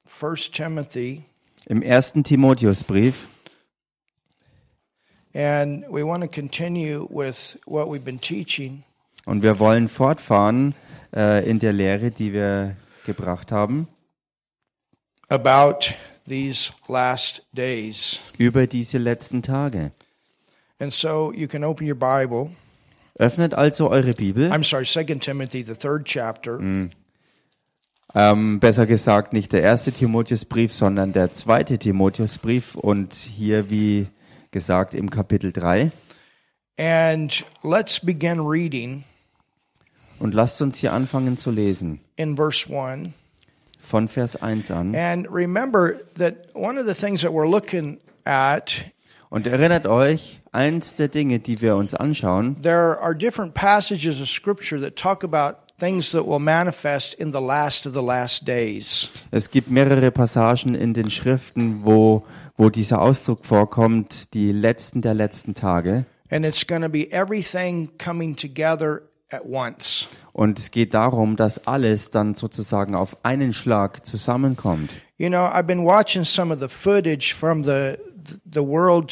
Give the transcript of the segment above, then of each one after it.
1 Timothy, im 1. Timotheusbrief. and we want to continue with what we've been teaching. Und wir wollen fortfahren in der Lehre, die wir gebracht haben, About these last days. über diese letzten Tage. And so you can open your Bible. Öffnet also eure Bibel. I'm sorry, 2 Timothy, the 3rd chapter. Besser gesagt, nicht der 1. Timotheusbrief, sondern der 2. Timotheusbrief. Und hier, wie gesagt, im Kapitel 3. And let's begin reading Und lasst uns hier anfangen zu lesen. in verse 1. Von Vers 1 an. And remember that one of the things that we're looking at, Und erinnert euch, eins der Dinge, die wir uns anschauen, there are different passages of Scripture that talk about things that will manifest in the last of the last days. es gibt mehrere Passagen in den Schriften, wo dieser Ausdruck vorkommt, die letzten der letzten Tage. And it's going to be everything coming together at once. Und es geht darum, dass alles dann sozusagen auf einen Schlag zusammenkommt. You know, I've been watching some of the footage from the World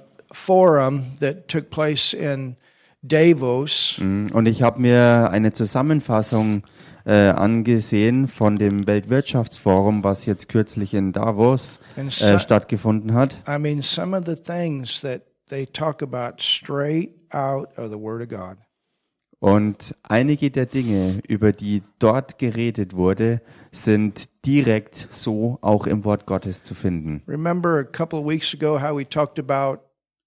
Forum that took place in Davos. Und ich habe mir eine Zusammenfassung angesehen von dem Weltwirtschaftsforum, was jetzt kürzlich in Davos stattgefunden hat. I mean, some of the things that they talk about straight out of the Word of God. Und einige der Dinge, über die dort geredet wurde, sind direkt so auch im Wort Gottes zu finden. Remember a couple of weeks ago how we talked about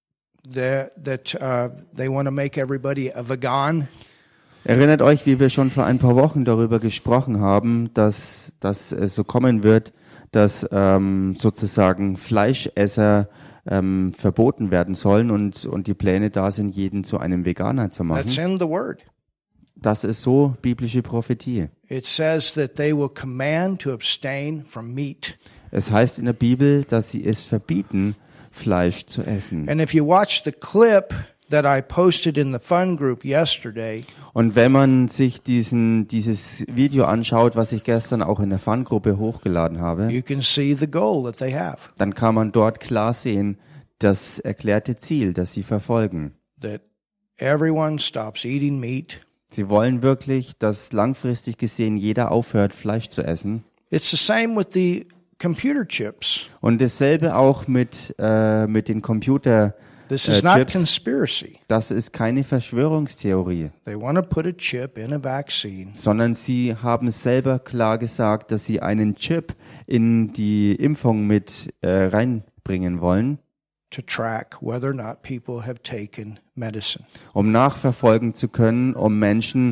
that they want to make everybody a vegan? Erinnert euch, wie wir schon vor ein paar Wochen darüber gesprochen haben, dass es so kommen wird, dass sozusagen Fleischesser verboten werden sollen und die Pläne da sind, jeden zu einem Veganer zu That's machen. in the Word. Das ist so biblische Prophetie. It says that they will command to abstain from meat. Es heißt in der Bibel, dass sie es verbieten, Fleisch zu essen. And if you watch the clip that I posted in the fun group yesterday, Und wenn man sich dieses Video anschaut, was ich gestern auch in der Fun-Gruppe hochgeladen habe, you can see the goal that they have, dann kann man dort klar sehen, das erklärte Ziel, das sie verfolgen. that everyone stops eating meat. Sie wollen wirklich, dass langfristig gesehen jeder aufhört, Fleisch zu essen. It's the same with the computer chips. Und dasselbe auch mit den Computer. This is not Chips. conspiracy. Das ist keine Verschwörungstheorie, They want to put a chip in a vaccine sondern sie haben selber klar gesagt, dass sie einen Chip in die Impfung mit reinbringen wollen, to track whether or not people have taken medicine. um nachverfolgen zu können, um Menschen,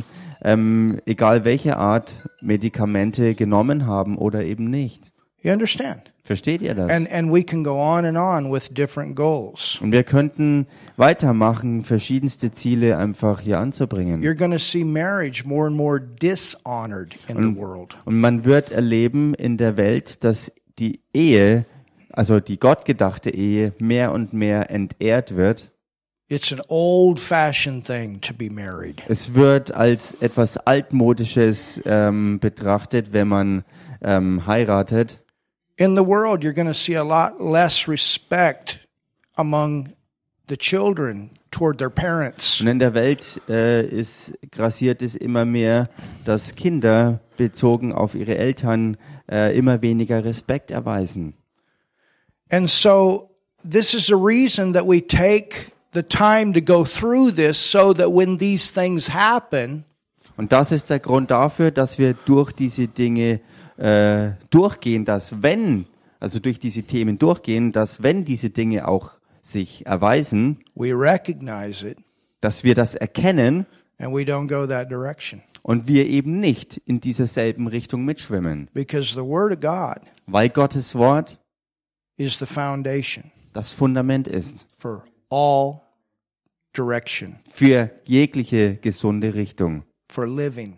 egal welche Art, Medikamente genommen haben oder eben nicht. You understand? Versteht ihr das? And we can go on with different goals. Und wir könnten weitermachen, verschiedenste Ziele einfach hier anzubringen. You're going to see marriage more and more dishonored in the world. Und man wird erleben in der Welt, dass die Ehe, also die gottgedachte Ehe, mehr und mehr entehrt wird. It's an old-fashioned thing to be married. Es wird als etwas Altmodisches betrachtet, wenn man heiratet. In the world, you're going to see a lot less respect among the children toward their parents. Und in der Welt grassiert es immer mehr, dass Kinder bezogen auf ihre Eltern immer weniger Respekt erweisen. And so this is the reason that we take the time to go through this so that when these things happen, Und das ist der Grund dafür, dass wir durch diese Dinge durchgehen, durch diese Themen durchgehen, dass wenn diese Dinge auch sich erweisen, we recognize it dass wir das erkennen and we don't go that direction. und wir eben nicht in dieser selben Richtung mitschwimmen. Because the Word of God Weil Gottes Wort is the foundation das Fundament ist for all direction, für jegliche gesunde Richtung, for living,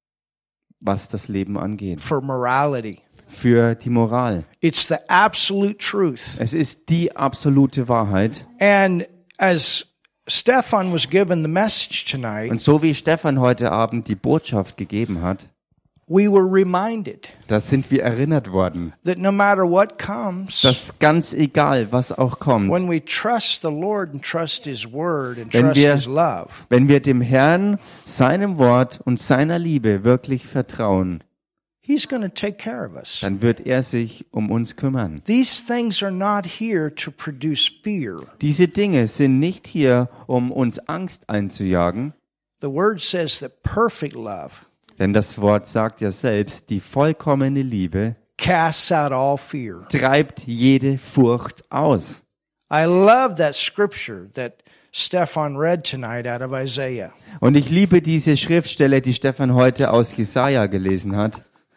was das Leben angeht, for morality. für die Moral. It's the absolute truth. Es ist die absolute Wahrheit. And as Stefan was given the message tonight, Und so wie Stefan heute Abend die Botschaft gegeben hat, we were reminded da sind wir erinnert worden, that no matter what comes, dass ganz egal, was auch kommt, when we trust the Lord and trust His Word and Wenn trust wir- His love, wenn wir dem Herrn, seinem Wort und seiner Liebe wirklich vertrauen, He's going to take care of us. dann wird er sich um uns kümmern. These things are not here to produce fear. Diese Dinge sind nicht hier, um uns Angst einzujagen, The Word says that perfect love denn das Wort sagt ja selbst, die vollkommene Liebe casts out all fear. treibt jede Furcht aus. I love that scripture that Stefan read tonight out of Isaiah. Und ich liebe diese Schriftstelle, die Stefan heute aus Jesaja gelesen hat.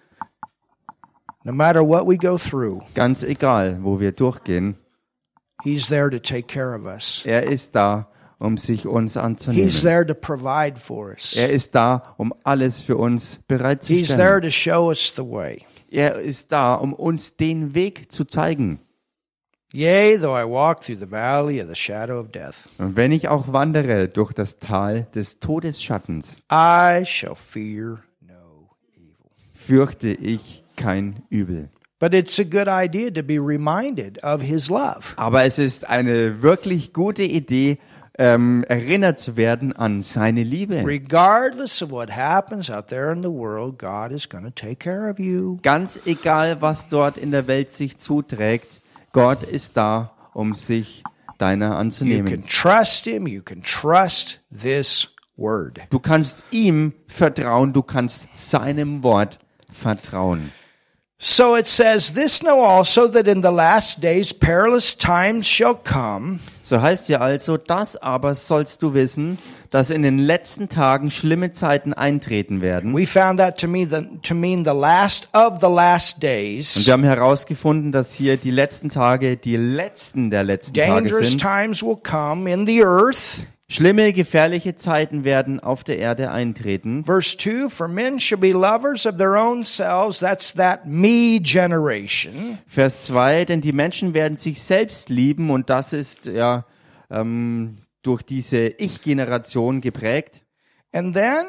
No matter what we go through, Ganz egal, wo wir durchgehen, He's there to take care of us. er ist da, um sich uns He's anzunehmen. there to provide for us. Er ist da, um alles für uns He's there bereitzustellen. to show us the way. Er ist da, um uns den Weg zu zeigen. Yea, though I walk through the valley of the shadow of death, Und wenn ich auch wandere durch das Tal des Todesschattens, I shall fear no evil. fürchte ich kein Übel. But it's a good idea to be reminded of His love. Aber es ist eine wirklich gute Idee, erinnert zu werden an seine Liebe. Regardless of what happens out there in the world, God is going to take care of you. Ganz egal, was dort in der Welt sich zuträgt, Gott ist da, um sich deiner You anzunehmen. can trust Him. You can trust this word. Du kannst ihm vertrauen, du kannst seinem Wort vertrauen. So it says, "This know also that in the last days perilous times shall come, So heißt ja also, das aber sollst du wissen, dass in den letzten Tagen schlimme Zeiten eintreten werden. we found that to mean the last of the last Und days. wir haben herausgefunden, dass hier die letzten Tage die letzten der letzten Tage Dangerous sind. times will come in the earth. Schlimme, gefährliche Zeiten werden auf der Erde eintreten. Verse 2, for men shall be lovers of their own selves. That's that me generation. Vers 2, denn die Menschen werden sich selbst lieben und das ist ja durch diese Ich-Generation geprägt. And then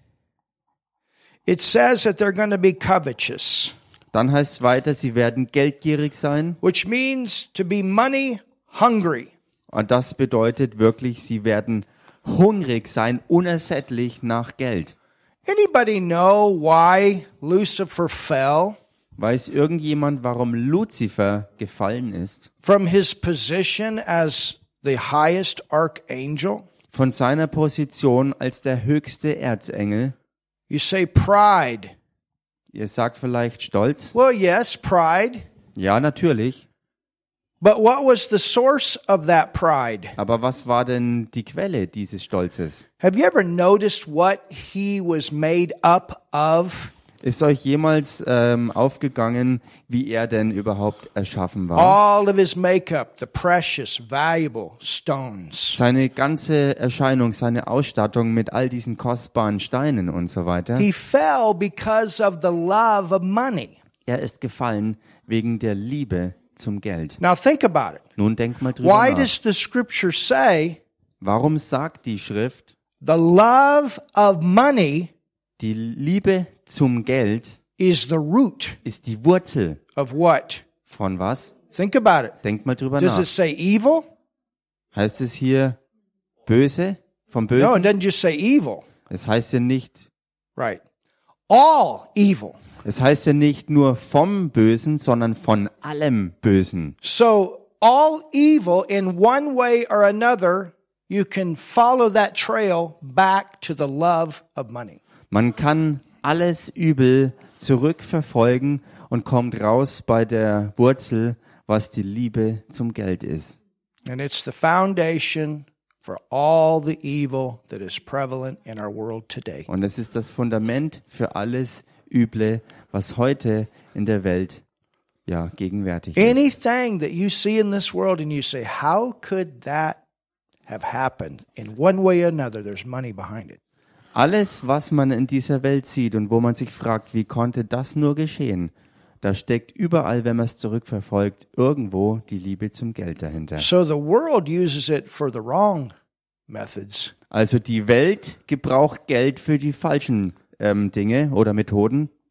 it says that they're going to be covetous, Dann heißt es weiter, sie werden geldgierig sein which means to be money hungry. und das bedeutet wirklich, sie werden hungrig sein, unersättlich nach Geld. Anybody know why Lucifer fell Weiß irgendjemand, warum Luzifer gefallen ist? from his position as the highest archangel? Von seiner Position als der höchste Erzengel. You say pride. Ihr sagt vielleicht Stolz. Well, yes, pride. Ja, natürlich. But what was the source of that pride? Aber was war denn die Quelle dieses Stolzes? Have you ever noticed what he was made up of? Ist euch jemals aufgegangen, wie er denn überhaupt erschaffen war? All of his makeup, the precious, valuable stones. Seine ganze Erscheinung, seine Ausstattung mit all diesen kostbaren Steinen und so weiter. He fell because of the love of money. Er ist gefallen wegen der Liebe zum Geld. Now think about it. Nun denkt mal drüber Why nach. does the scripture say Warum sagt die Schrift, the love of money die Liebe zum Geld is the root ist die Wurzel of what? von was? Think about it. Denkt mal drüber Does nach. it say evil? Heißt es hier böse? Vom No, Bösen? it doesn't just say evil. Es heißt ja nicht, Right. All evil. es heißt ja nicht nur vom Bösen, sondern von allem Bösen. So all evil in one way or another, you can follow that trail back to the love of money. Man kann alles Übel zurückverfolgen und kommt raus bei der Wurzel, was die Liebe zum Geld ist. And it's the foundation for all the evil that is prevalent in our world today. Und es ist das Fundament für alles Üble, was heute in der Welt ja gegenwärtig ist. Anything that you see in this world and you say, how could that have happened? In one way or another, there's money behind it. Alles, was man in dieser Welt sieht und wo man sich fragt, wie konnte das nur geschehen, da steckt überall, wenn man es zurückverfolgt, irgendwo die Liebe zum Geld dahinter. So the world uses it for the wrong methods. Also die Welt gebraucht Geld für die falschen Dinge oder Methoden.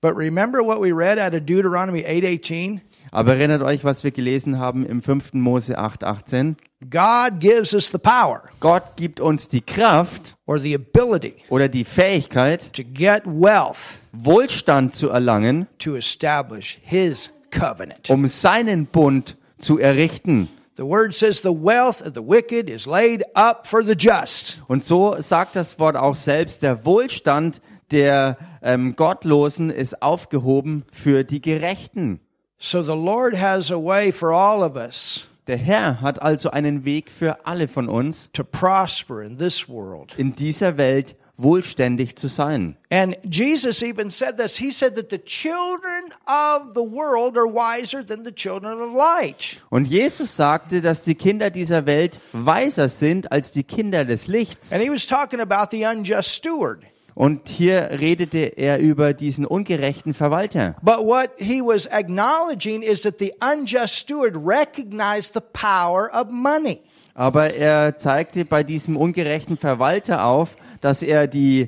But remember what we read out of Deuteronomy 8:18? Aber erinnert euch, was wir gelesen haben im 5. Mose 8,18. God gives us the power Gott gibt uns die Kraft or the ability oder die Fähigkeit, to get wealth Wohlstand zu erlangen, to establish His covenant. um seinen Bund zu errichten. The word says the wealth of the wicked is laid up for the just. Und so sagt das Wort auch selbst, der Wohlstand der Gottlosen ist aufgehoben für die Gerechten. So the Lord has a way for all of us Der Herr hat also einen Weg für alle von uns, to prosper in this world. in dieser Welt wohlständig zu sein. And Jesus even said this. He said that the children of the world are wiser than the children of light. Und Jesus sagte, dass die Kinder dieser Welt weiser sind als die Kinder des Lichts. And he was talking about the unjust steward. Und hier redete er über diesen ungerechten Verwalter. But what he was acknowledging is that the unjust steward recognized the power of money. Aber er zeigte bei diesem ungerechten Verwalter auf, dass er die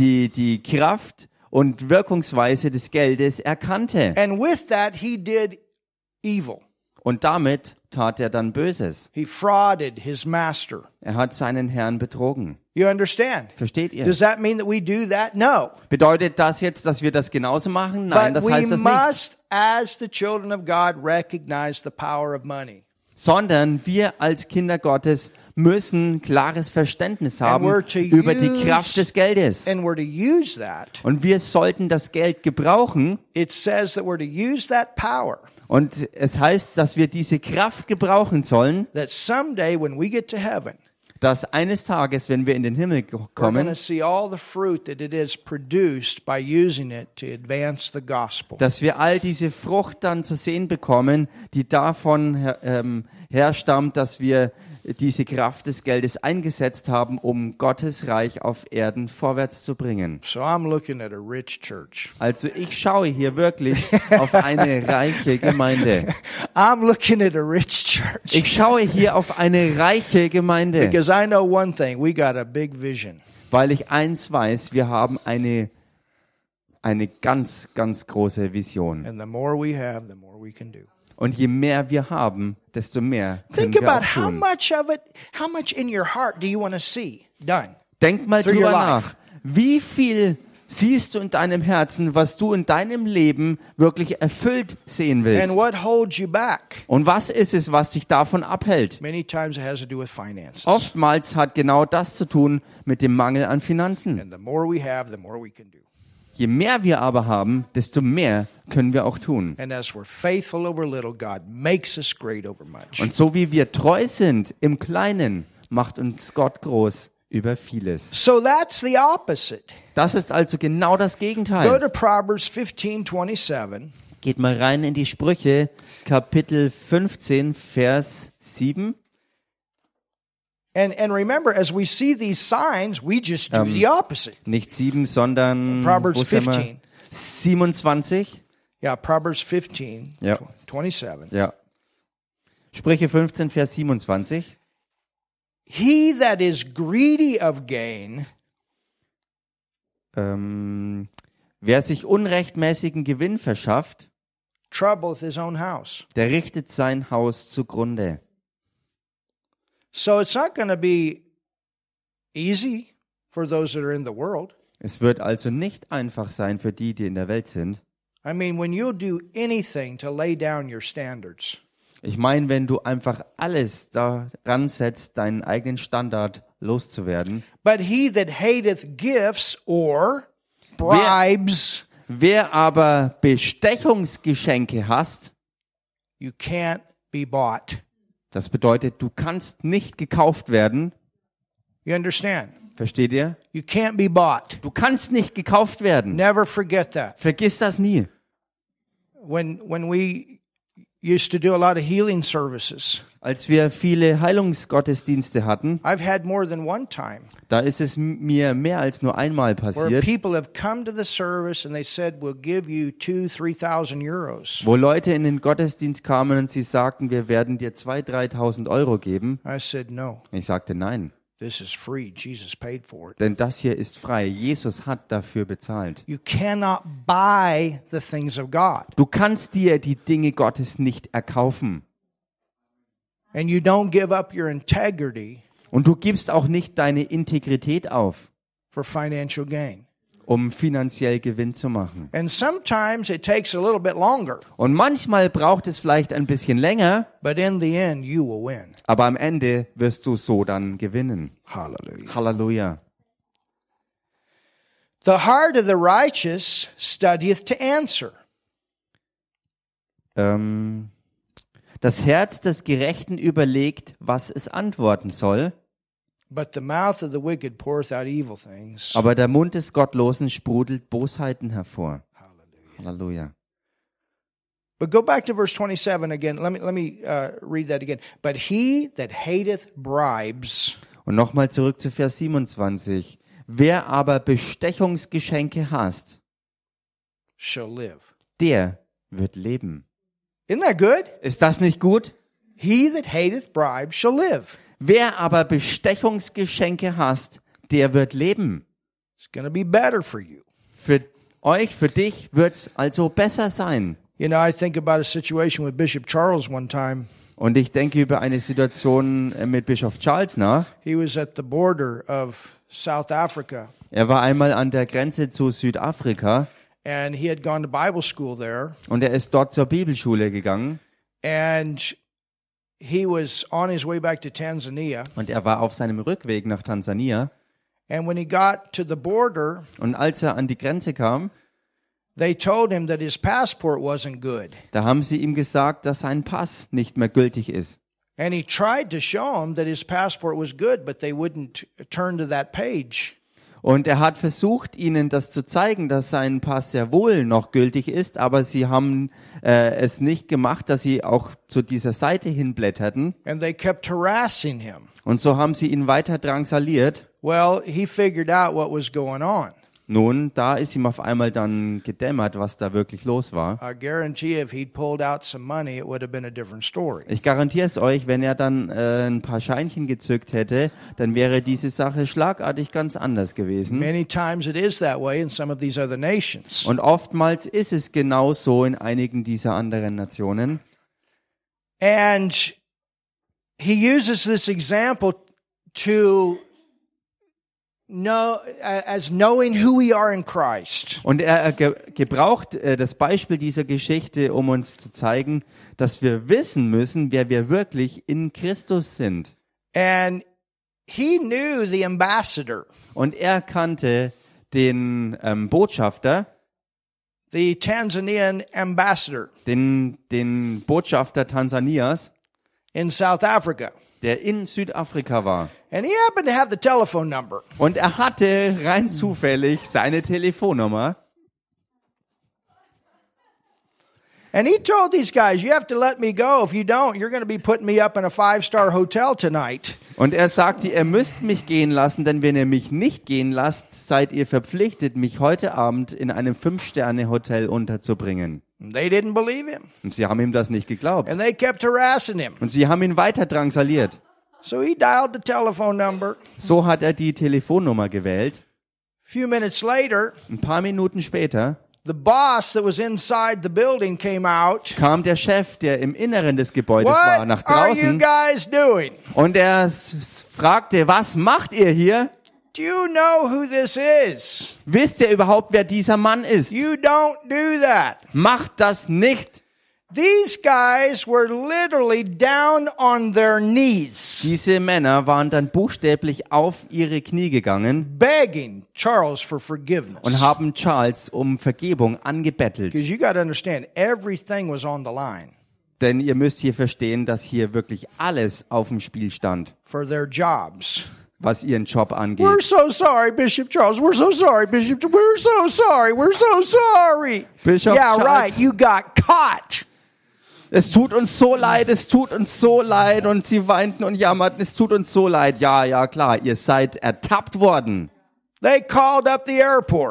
Kraft und Wirkungsweise des Geldes erkannte. And with that he did evil. Und damit tat er dann Böses. He frauded his master. Er hat seinen Herrn betrogen. You understand? Versteht ihr? Does that mean that we do that? No. Bedeutet das jetzt, dass wir das genauso machen? Nein, But das we heißt das nicht. must, as the children of God, recognize the power of money. Sondern wir als Kinder Gottes müssen klares Verständnis haben we're to über die use- Kraft des Geldes. And we're to use that. Und wir sollten das Geld gebrauchen. It says that we're to use that power. Und es heißt, dass wir diese Kraft gebrauchen sollen, That someday when we get to heaven, dass eines Tages, wenn wir in den Himmel we're going kommen, to see all the fruit that it has produced by using it to advance the gospel. dass wir all diese Frucht dann zu sehen bekommen, die davon herstammt, dass wir diese Kraft des Geldes eingesetzt haben, um Gottes Reich auf Erden vorwärts zu bringen. So I'm looking at a rich church. Also ich schaue hier wirklich auf eine reiche Gemeinde. I'm looking at a rich church. Ich schaue hier auf eine reiche Gemeinde, Because I know one thing, we got a big vision. weil ich eins weiß, wir haben eine ganz, ganz große Vision. And the more we have, the more we can do. Und je mehr wir haben, desto mehr können Think wir about auch tun. how much in your heart do you want to see done? Denk mal through drüber your nach. life. Wie viel siehst du in deinem Herzen, was du in deinem Leben wirklich erfüllt sehen willst? And what holds you back? Und was ist es, was dich davon abhält? Many times it has to do with finances. Oftmals hat genau das zu tun mit dem Mangel an Finanzen. And the more we have, the more we can do. Je mehr wir aber haben, desto mehr können wir auch tun. And as we're faithful over little, God makes us great over much. Und so wie wir treu sind im Kleinen, macht uns Gott groß über vieles. So that's the opposite. Das ist also genau das Go Gegenteil. to Proverbs 15:27. Geht mal rein in die Sprüche, Kapitel 15, Vers 7. And remember, as we see these signs, we just do the opposite. Nicht 7, sondern Proverbs wo sind wir? 15. 27. Yeah, Proverbs 15, Ja. 27. Ja. Sprüche 15, Vers 27. He that is greedy of gain Wer sich unrechtmäßigen Gewinn verschafft, troubleth his own house. der richtet sein Haus zugrunde. So it's not going to be easy for those that are in the world. Es wird also nicht einfach sein für die, die in der Welt sind. I mean, when you'll do anything to lay down your standards, Ich meine, wenn du einfach alles daran setzt, deinen eigenen Standard loszuwerden. but he that hateth gifts or bribes, Wer aber Bestechungsgeschenke hast, you can't be bought. das bedeutet, du kannst nicht gekauft werden. You understand? Versteht ihr? You can't be bought. Du kannst nicht gekauft werden. Never forget that. Vergiss das nie. When we used to do a lot of healing services, Als wir viele Heilungsgottesdienste hatten, I've had more than one time da ist es mir mehr als nur einmal where passiert, people have come to the service and they said, "We'll give you 2,000-3,000 euros." wo Leute in den Gottesdienst kamen und sie sagten, wir werden dir 2.000, 3.000 Euro geben. I said, "No, Ich sagte, nein, This is free. Jesus paid for it. Denn das hier ist frei. Jesus hat dafür bezahlt. You cannot buy the things of God. Du kannst dir die Dinge Gottes nicht erkaufen. And you don't give up your integrity Und du gibst auch nicht deine Integrität auf, for financial gain. um finanziell Gewinn zu machen. And sometimes it takes a little bit longer, Und manchmal braucht es vielleicht ein bisschen länger, but in the end you will win. aber am Ende wirst du so dann gewinnen. Hallelujah. Halleluja. The heart of the righteous studieth to answer. Das Herz des Gerechten überlegt, was es antworten soll, But the mouth of the wicked poureth out evil things. aber der Mund des Gottlosen sprudelt Bosheiten hervor. Halleluja. But go back to verse 27 again. Let me read that again. But he that hateth bribes Und nochmal zurück zu Vers 27. Wer aber Bestechungsgeschenke hasst, shall live. der wird leben. Isn't that good? Ist das nicht gut? He that hateth bribes shall live. Wer aber Bestechungsgeschenke hasst, der wird leben. It's going to be better for you. Für euch, für dich wird's also besser sein. You know, I think about a situation with Bishop Charles one time. Und ich denke über eine Situation mit Bischof Charles nach. He was at the border of South Africa, Er war einmal an der Grenze zu Südafrika and he had gone to Bible school there, und er ist dort zur Bibelschule gegangen and he was on his way back to Tanzania. und er war auf seinem Rückweg nach Tansania. And when he got to the border, Und als er an die Grenze kam, they told him that his passport wasn't good. da haben sie ihm gesagt, dass sein Pass nicht mehr gültig ist. And he tried to show him that his passport was good, but they wouldn't turn to that page. Und er hat versucht, ihnen das zu zeigen, dass sein Pass sehr wohl noch gültig ist, aber sie haben es nicht gemacht, dass sie auch zu dieser Seite hinblätterten. And they kept harassing him. Und so haben sie ihn weiter drangsaliert. Well, he figured out what was going on. Nun, da ist ihm auf einmal dann gedämmert, was da wirklich los war. I guarantee if he'd pulled out some money, it would have been a different story. Ich garantiere es euch, wenn er dann ein paar Scheinchen gezückt hätte, dann wäre diese Sache schlagartig ganz anders gewesen. Many times it is that way in some of these other nations. Und oftmals ist es genau so in einigen dieser anderen Nationen. And he uses this example to know as knowing who we are in Christ. Und er gebraucht das Beispiel dieser Geschichte, um uns zu zeigen, dass wir wissen müssen, wer wir wirklich in Christus sind. And he knew the ambassador, Und er kannte den Botschafter, the Tanzanian ambassador den Botschafter Tansanias, in South Africa. der in Südafrika war. And he happened to have the telephone number. Und er hatte rein zufällig seine Telefonnummer. And he told these guys, you have to let me go. If you don't, you're going to be putting me up in a 5-star hotel tonight. Und er sagte, ihr müsst mich gehen lassen, denn wenn ihr mich nicht gehen lasst, seid ihr verpflichtet, mich heute Abend in einem 5-Sterne-Hotel unterzubringen. And they didn't believe him. Und sie haben ihm das nicht geglaubt. And they kept harassing him. Und sie haben ihn weiter drangsaliert. So he dialed the telephone number. So hat er die Telefonnummer gewählt. A few minutes later, Ein paar Minuten später the boss that was inside the building came out. kam der Chef, der im Inneren des Gebäudes war, nach What are you draußen. guys doing? Und er fragte, was macht ihr hier? Do you know who this is? Wisst ihr überhaupt, wer dieser Mann ist? You don't do that. Macht das nicht. These guys were literally down on their knees, Diese Männer waren dann buchstäblich auf ihre Knie gegangen begging Charles for forgiveness. und haben Charles um Vergebung angebettelt. Because you got to understand, everything was on the line Denn ihr müsst hier verstehen, dass hier wirklich alles auf dem Spiel stand, for their jobs. was ihren Job We're angeht. so sorry, Bishop Charles. We're so sorry, Bishop. We're so sorry. We're so sorry. Bishop yeah, Charles. right. You got caught. Es tut uns so leid, es tut uns so leid. Und sie weinten und jammerten, es tut uns so leid. Ja, ja, klar, ihr seid ertappt worden. They called up the airport.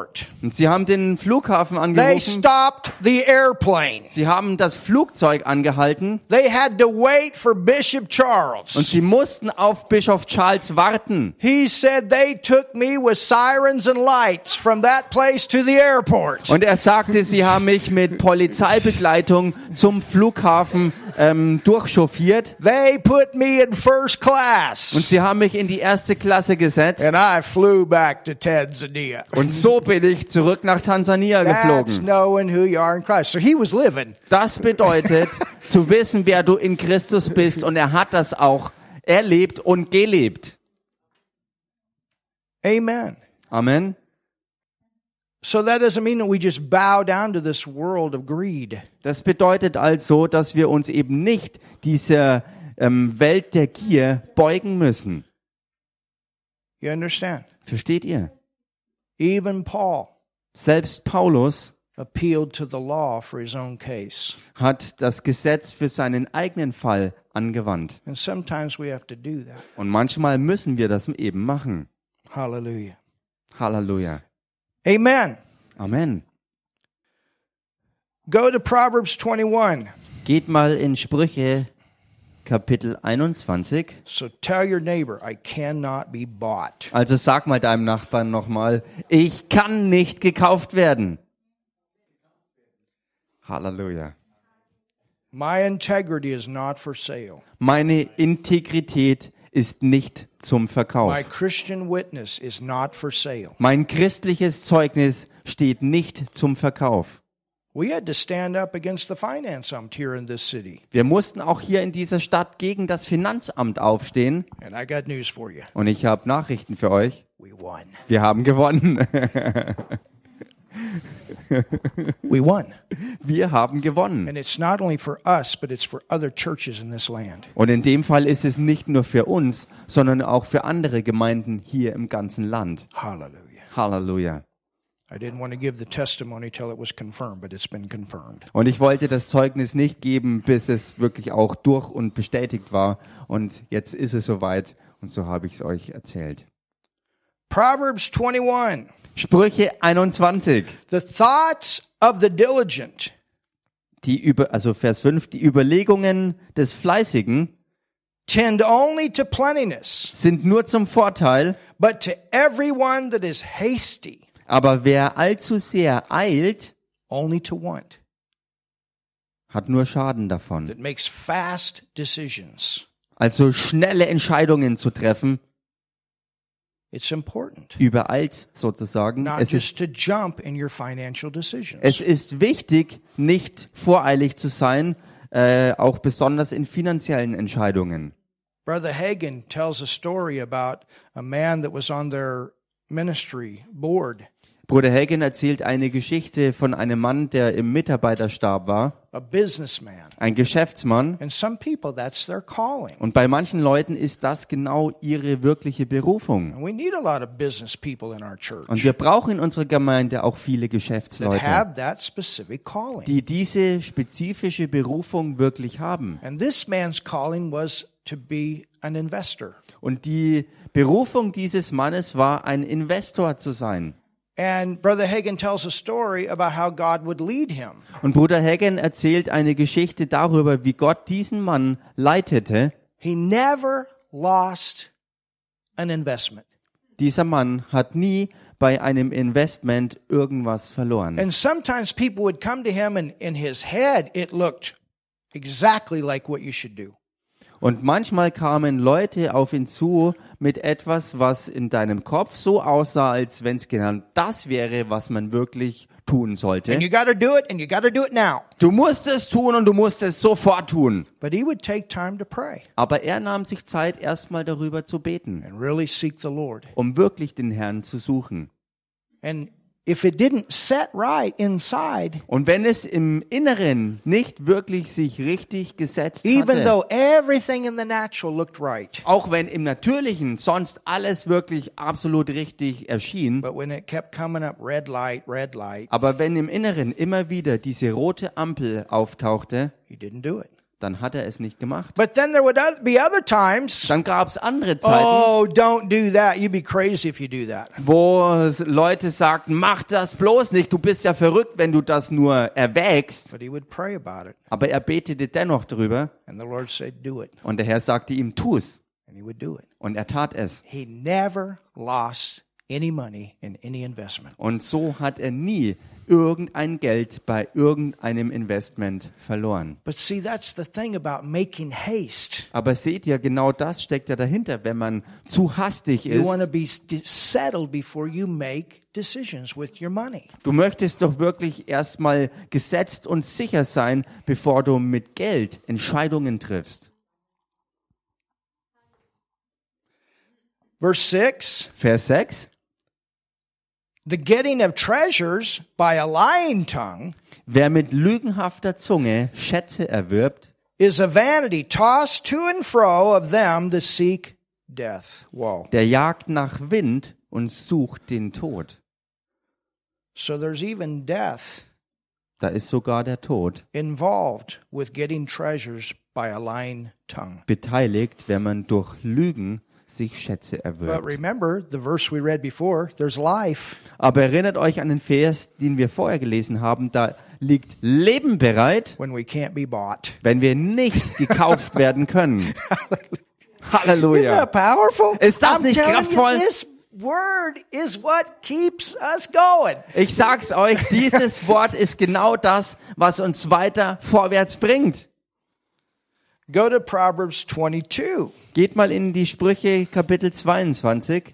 Und sie haben den Flughafen They angerufen. stopped the airplane. Sie haben das Flugzeug angehalten They had to wait for Bishop und Charles. sie mussten auf Bischof Charles warten. He said they took me with sirens and lights from that place to the airport. Und er sagte, sie haben mich mit Polizeibegleitung zum Flughafen durchchauffiert They put me in first und class. sie haben mich in die erste Klasse gesetzt. And I flew back to Tanzania. Und so bin ich zurück nach Tansania That's geflogen. knowing who you are in Christ. So he was living. Das bedeutet, zu wissen, wer du in Christus bist. Und er hat das auch erlebt und gelebt. Amen. Amen. So that doesn't mean that we just bow down to this world of greed. Das bedeutet also, dass wir uns eben nicht dieser Welt der Gier beugen müssen. You understand? Versteht ihr? Even Paul Selbst Paulus appealed to the law for his own case. hat das Gesetz für seinen eigenen Fall angewandt. And sometimes we have to do that. Und manchmal müssen wir das eben machen. Hallelujah. Halleluja. Amen. Amen. Go to Proverbs 21. Geht mal in Sprüche Kapitel 21. So tell your neighbor, I cannot be bought. Also sag mal deinem Nachbarn nochmal, ich kann nicht gekauft werden. Halleluja. My integrity is not for sale. Meine Integrität ist nicht zum My Verkauf. Christian witness is not for sale. Mein christliches Zeugnis steht nicht zum Verkauf. We had to stand up against the finance amt here in this city. Wir mussten auch hier in dieser Stadt gegen das Finanzamt aufstehen. And I got news for you. Und ich habe Nachrichten für euch. We won. Wir haben gewonnen. We won. Wir haben gewonnen. And it's not only for us, but it's for other churches in this land. Und in dem Fall ist es nicht nur für uns, sondern auch für andere Gemeinden hier im ganzen Land. Hallelujah. Halleluja. I didn't want to give the testimony till it was confirmed, but it's been confirmed. Und ich wollte das Zeugnis nicht geben, bis es wirklich auch durch und bestätigt war. Und jetzt ist es soweit und so habe ich es euch erzählt. Proverbs 21. Sprüche 21. The thoughts of the diligent Also Vers 5. Die Überlegungen des Fleißigen tend only to plentiness, sind nur zum Vorteil, but to everyone that is hasty, aber wer allzu sehr eilt, only to want. hat nur Schaden davon. That makes fast decisions. Also schnelle Entscheidungen zu treffen, It's important. übereilt sozusagen. Not Es ist, just to jump in your financial decisions. es ist wichtig, nicht voreilig zu sein, auch besonders in finanziellen Entscheidungen. Brother Hagin tells a story about a man that was on their ministry board, Bruder Hagin erzählt eine Geschichte von einem Mann, der im Mitarbeiterstab war, a businessman. ein Geschäftsmann. And some people, that's their calling. Und bei manchen Leuten ist das genau ihre wirkliche Berufung. And we need a lot of business people in our Und church wir brauchen in unserer Gemeinde auch viele that Geschäftsleute, have that specific calling. die diese spezifische Berufung wirklich haben. And this man's calling was to be an investor. Und die Berufung dieses Mannes war, ein Investor zu sein. And Brother Hagin tells a story about how God would lead him. Und Bruder Hagin erzählt eine Geschichte darüber, wie Gott diesen Mann leitete. He never lost an investment. Dieser Mann hat nie bei einem Investment irgendwas verloren. And sometimes people would come to him and in his head it looked exactly like what you should do. Und manchmal kamen Leute auf ihn zu mit etwas, was in deinem Kopf so aussah, als wenn es genau das wäre, was man wirklich tun sollte. And you got to do it and you got to do it now. Du musst es tun und du musst es sofort tun. But he would take time to pray Aber er nahm sich Zeit, erstmal darüber zu beten, and really seek the Lord. um wirklich den Herrn zu suchen. And if it didn't set right inside, Und wenn es im Inneren nicht wirklich sich richtig gesetzt even hatte, though everything in the natural looked right, auch wenn im Natürlichen sonst alles wirklich absolut richtig erschien, but when it kept coming up red light, aber wenn im Inneren immer wieder diese rote Ampel auftauchte, he didn't do it. dann hat er es nicht gemacht. But then there would be other times, Dann gab es andere Zeiten, oh, don't do that. You'd be crazy if you do that. wo Leute sagten, mach das bloß nicht, du bist ja verrückt, wenn du das nur erwägst. But he would pray about it. Aber er betete dennoch drüber And the Lord said, do it. und der Herr sagte ihm, tu's. And he would do it. Und er tat es. He never lost any money in any investment. Und so hat er nie irgendein Geld bei irgendeinem Investment verloren. But see, that's the thing about making haste. Aber seht ihr, genau das steckt ja dahinter, wenn man zu hastig You want to ist. be settled before you make decisions with your money. Du möchtest doch wirklich erstmal gesetzt und sicher sein, bevor du mit Geld Entscheidungen triffst. Verse 6, Vers 6. the getting of treasures by a lying tongue Wer mit lügenhafter Zunge Schätze erwirbt, is a vanity tossed to and fro of them that seek death. Whoa. der jagt nach Wind und sucht den Tod. So there's even death Da ist sogar der Tod involved with getting treasures by a lying tongue. beteiligt, wenn man durch Lügen sich Schätze But erwirbt. remember the verse we read before, there's life. Aber erinnert euch an den Vers, den wir vorher gelesen haben, da liegt Leben bereit, When we can't be bought. wenn wir nicht gekauft werden können. Isn't Halleluja. that powerful? Ist das I'm nicht telling kraftvoll? You, this word is what keeps us going. Ich sag's euch, dieses Wort ist genau das, was uns weiter vorwärts bringt. Go to Proverbs 22. Geht mal in die Sprüche Kapitel 22.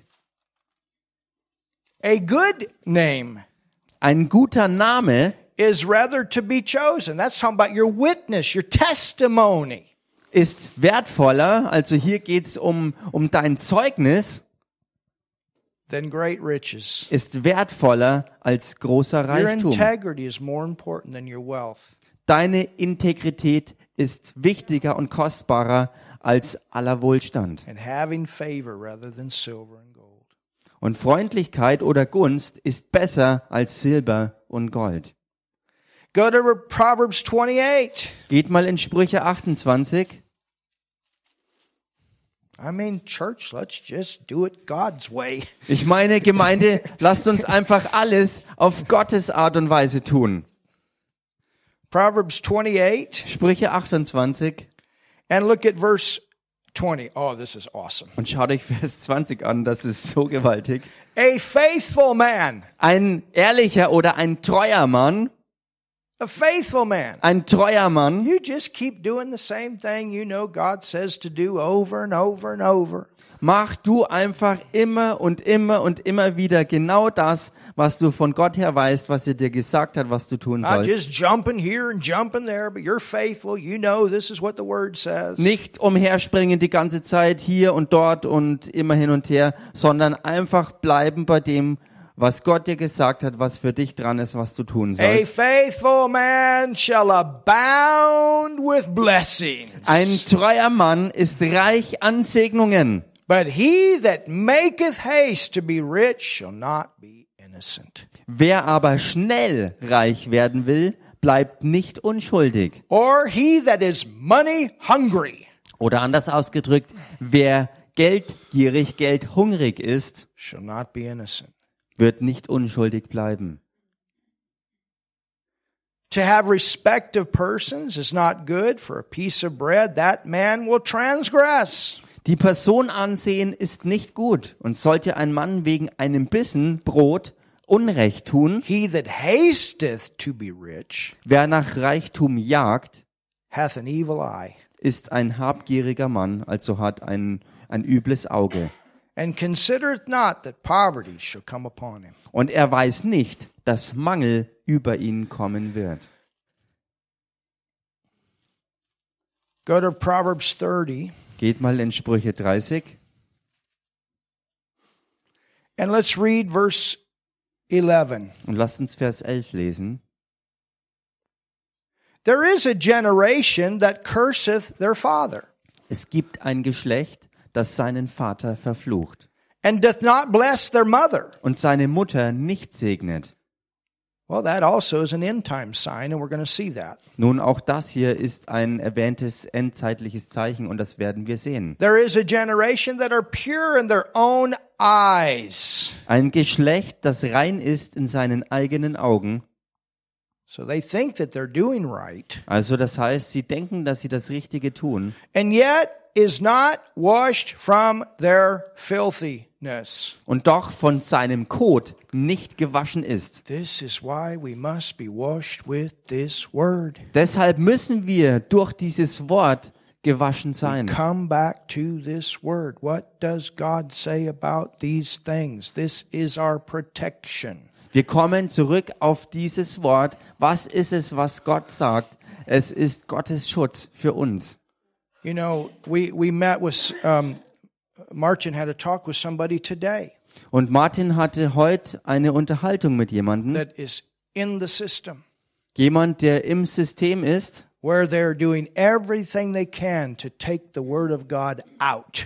A good name Ein guter Name is rather to be chosen. That's talking about your witness, your testimony. ist wertvoller, also hier geht's um dein Zeugnis, Than great riches. ist wertvoller als großer Your Reichtum. integrity is more important than your wealth. Deine Integrität ist wichtiger und kostbarer als aller Wohlstand. And having favor rather than silver and gold. Und Freundlichkeit oder Gunst ist besser als Silber und Gold. Go to Proverbs 28. Geht mal in Sprüche 28. I mean, church, let's just do it God's way. Ich meine, Gemeinde, lasst uns einfach alles auf Gottes Art und Weise tun. Proverbs 28 Sprüche 28 and look at verse 20. Oh, this is awesome. und schaut euch Vers 20 an, das ist so gewaltig. A faithful man. Ein ehrlicher oder ein treuer Mann, A faithful man. ein treuer Mann, You just keep doing the same thing you know God says to do over and over and over. mach du einfach immer und immer und immer wieder genau das, was du von Gott her weißt, was er dir gesagt hat, was du tun Not sollst. just jumping here and jumping there, but you're faithful. You know this is what the word says. Nicht umherspringen die ganze Zeit hier und dort und immer hin und her, sondern einfach bleiben bei dem, was Gott dir gesagt hat, was für dich dran ist, was du tun A sollst. faithful man shall abound with blessings. Ein treuer Mann ist reich an Segnungen, But he that maketh haste to be rich shall not be innocent. wer aber schnell reich werden will, bleibt nicht unschuldig. Or he that is money hungry Oder anders ausgedrückt, wer geldgierig, geldhungrig ist, shall not be innocent. wird nicht unschuldig bleiben. To have respect of persons is not good. For a piece of bread, that man will transgress. Die Person ansehen ist nicht gut, und sollte ein Mann wegen einem Bissen Brot Unrecht tun, He that hasteth to be rich wer nach Reichtum jagt, hath an evil eye, ist ein habgieriger Mann, also hat ein übles Auge. and considereth not that poverty shall come upon him. Und er weiß nicht, dass Mangel über ihn kommen wird. Go to Proverbs 30, Geht mal in Sprüche 30 and let's read verse 11. und lasst uns Vers 11 lesen. There is a generation that curseth their father, Es gibt ein Geschlecht, das seinen Vater verflucht and doth not bless their mother. und seine Mutter nicht segnet. Well, that also is an end-time sign, and we're going to see that. Nun, auch das hier ist ein erwähntes endzeitliches Zeichen und das werden wir sehen. There is a generation that are pure in their own eyes. Ein Geschlecht, das rein ist in seinen eigenen Augen. So they think that they're doing right. Also das heißt, sie denken, dass sie das Richtige tun. And yet is not washed from their filthiness. Und doch von seinem Kot nicht gewaschen ist. This is why we must be washed with this word. Deshalb müssen wir durch dieses Wort gewaschen sein. Come back to this word. What does God say about these things? This is our protection. Wir kommen zurück auf dieses Wort. Was ist es, was Gott sagt? Es ist Gottes Schutz für uns. You know, we met with, Martin had a talk with somebody today Und Martin hatte heute eine Unterhaltung mit jemandem. that is in the system, Jemand, der im System ist, where they're doing everything they can to take the word of God out.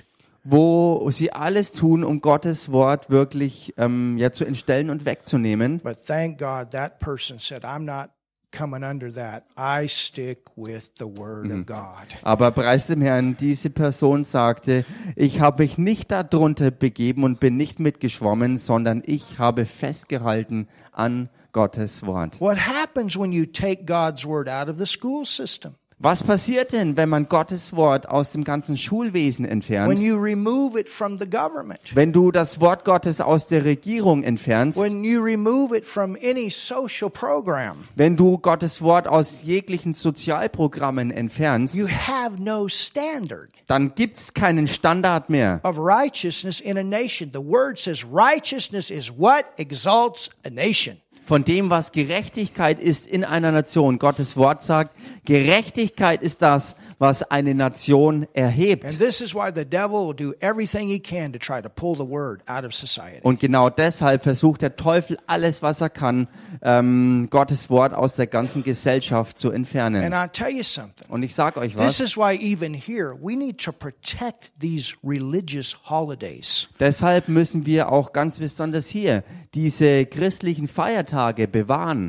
wo sie alles tun, um Gottes Wort wirklich zu entstellen und wegzunehmen. But thank God that person said, I'm not coming under that. I stick with the word of God. Aber preis dem Herrn, diese Person sagte, ich habe mich nicht darunter begeben und bin nicht mitgeschwommen, sondern ich habe festgehalten an Gottes Wort. What happens when you take God's word out of the school system? Was passiert denn, wenn man Gottes Wort aus dem ganzen Schulwesen When entfernt? you remove it from the government? Wenn du das Wort Gottes aus der Regierung entfernst? When you remove it from any social program? Wenn du Gottes Wort aus jeglichen Sozialprogrammen entfernst? You have no standard Dann gibt's keinen Standard mehr. of righteousness in a nation. The word says righteousness is what exalts a nation. Von dem, was Gerechtigkeit ist in einer Nation. Gottes Wort sagt, Gerechtigkeit ist das, was eine Nation erhebt. And this is why the devil will do everything he can to try to pull the word out of society. Und genau deshalb versucht der Teufel alles, was er kann, Gottes Wort aus der ganzen Gesellschaft zu entfernen. And I'll tell you something. Und ich sage euch This was, is why even here we need to protect these religious holidays. deshalb müssen wir auch ganz besonders hier diese christlichen Feiertage bewahren.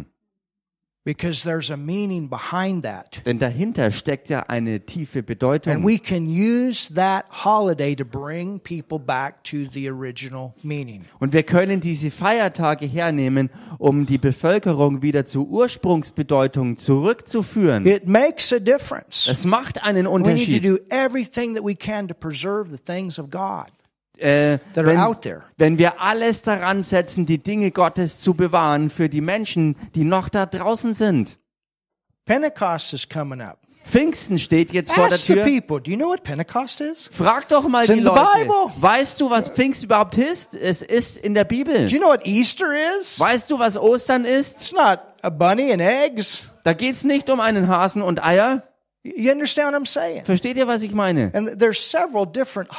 Because there's a meaning behind that. Denn dahinter steckt ja eine tiefe And Bedeutung. we can use that holiday to bring people back to the original meaning. Und wir können diese Feiertage hernehmen, um die Bevölkerung wieder zur Ursprungsbedeutung zurückzuführen. It makes a difference. Es macht einen We need to Unterschied. do everything that we can to preserve the things of God that are out there. Wenn wir alles daran setzen, die Dinge Gottes zu bewahren für die Menschen, die noch da draußen sind. Pentecost is coming up. Pfingsten steht jetzt vor der Ask the Tür. people, do you know what Pentecost is? Frag doch mal It's die in the Leute. Bible. Weißt du, was Pfingst überhaupt ist? Es ist in der Bibel. Do you know what Easter is? Weißt du, was Ostern ist? It's not a bunny and eggs. Da geht's nicht um einen Hasen und Eier. You understand what I'm saying? Versteht ihr, was ich meine? And there's several different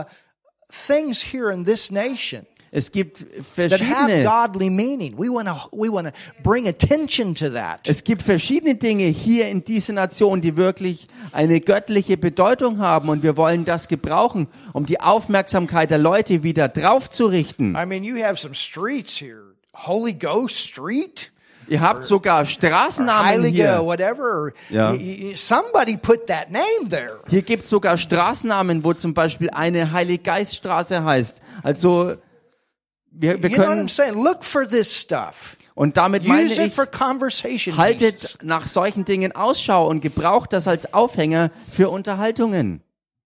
things here in this nation Es gibt that have verschiedene godly meaning. We want to bring attention to that. Es gibt verschiedene Dinge hier in dieser Nation, die wirklich eine göttliche Bedeutung haben und wir wollen das gebrauchen, um die Aufmerksamkeit der Leute wieder drauf zu richten. I mean, you have some streets here. Holy Ghost Street, Ihr habt sogar Straßennamen Heilige, hier. whatever. Ja. Somebody put that name there. Hier gibt es sogar Straßennamen, wo zum Beispiel eine Heiliggeiststraße heißt. Also wir You know what I'm können, saying? Look for this stuff. und damit meine Use it ich, for conversation pieces. haltet nach solchen Dingen Ausschau und gebraucht das als Aufhänger für Unterhaltungen.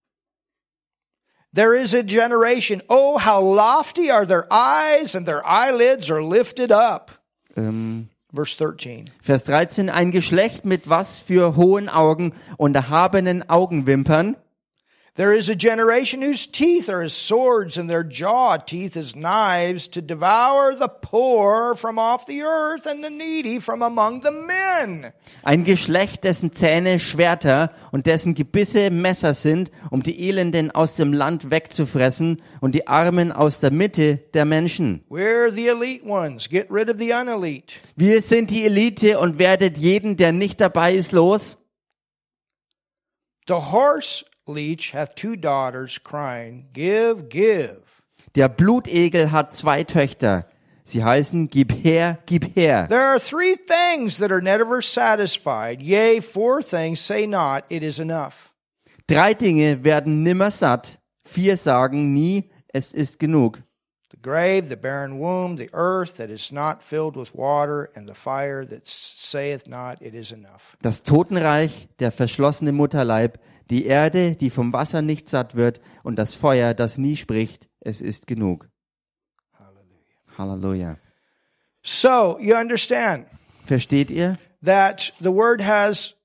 There is a generation, oh, how lofty are their eyes, and their eyelids are lifted up. Verse 13. Vers 13, ein Geschlecht mit was für hohen Augen und erhabenen Augenwimpern. There is a generation whose teeth are as swords and their jaw teeth as knives to devour the poor from off the earth and the needy from among the men. Ein Geschlecht, dessen Zähne Schwerter und dessen Gebisse Messer sind, um die Elenden aus dem Land wegzufressen und die Armen aus der Mitte der Menschen. We're the elite ones. Get rid of the unelite. Wir sind die Elite und werdet jeden, der nicht dabei ist, los. The horse leech hath two daughters crying, give, give. Der Blutegel hat 2 Töchter. Sie heißen, gib her, gib her. There are 3 things that are never satisfied. Yea, 4 things say not, it is enough. 3 Dinge werden nimmer satt. 4 sagen nie, es ist genug. The grave, the barren womb, the earth that is not filled with water, and the fire that saith not, it is enough. Das Totenreich, der verschlossene Mutterleib, die Erde, die vom Wasser nicht satt wird, und das Feuer, das nie spricht, es ist genug. Halleluja. So, you understand Versteht ihr? that the word has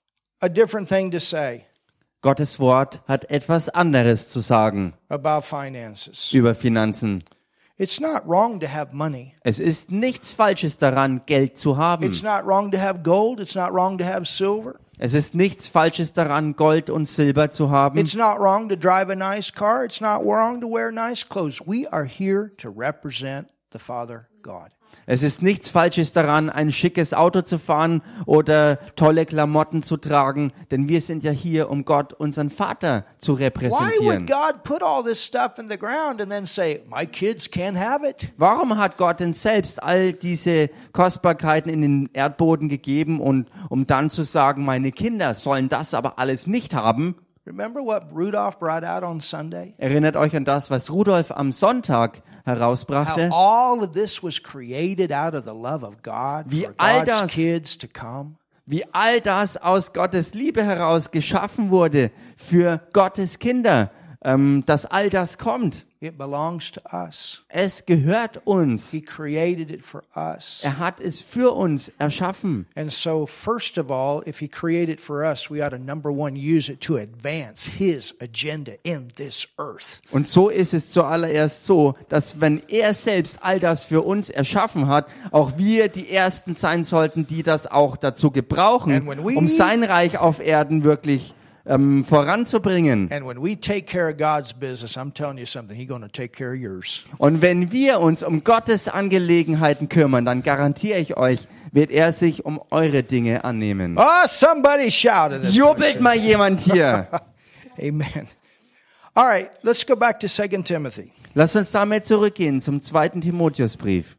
a different thing to say Gottes Wort hat etwas anderes zu sagen about finances. über Finanzen. It's not wrong to have money. Es ist nichts Falsches daran, Geld zu haben. It's not wrong to have gold. It's not wrong to have silver. Es ist nichts Falsches daran, Gold und Silber zu haben. It's not wrong to drive a nice car. It's not wrong to wear nice clothes. We are here to represent the Father God. Es ist nichts Falsches daran, ein schickes Auto zu fahren oder tolle Klamotten zu tragen, denn wir sind ja hier, um Gott, unseren Vater zu Why repräsentieren. would God put all this stuff in the ground and then say, my kids can't have it? Warum hat Gott denn selbst all diese Kostbarkeiten in den Erdboden gegeben und um dann zu sagen, meine Kinder sollen das aber alles nicht haben? Remember what Rudolph brought out on Sunday? Erinnert euch an das, was Rudolf am Sonntag herausbrachte? How all of this was created out of the love of God Wie for all God's das- kids to come. Wie all das aus Gottes Liebe heraus geschaffen wurde für Gottes Kinder, dass all das kommt. It belongs to us. Es gehört uns. He created it for us. Er hat es für uns erschaffen. And so, first of all, if He created it for us, we ought to, number one, use it to advance His agenda in this earth. Und so ist es zuallererst so, dass wenn er selbst all das für uns erschaffen hat, auch wir die Ersten sein sollten, die das auch dazu gebrauchen, And when we- um sein Reich auf Erden wirklich voranzubringen. And when we take care of God's business, I'm telling you something, He's going to take care of yours. Und wenn wir uns um Gottes Angelegenheiten kümmern, dann garantiere ich euch, wird er sich um eure Dinge annehmen. Oh, somebody shout in this Jubelt place. mal jemand hier. Amen. All right, let's go back to 2 Timothy. Lasst uns damit zurückgehen zum 2. Timotheusbrief.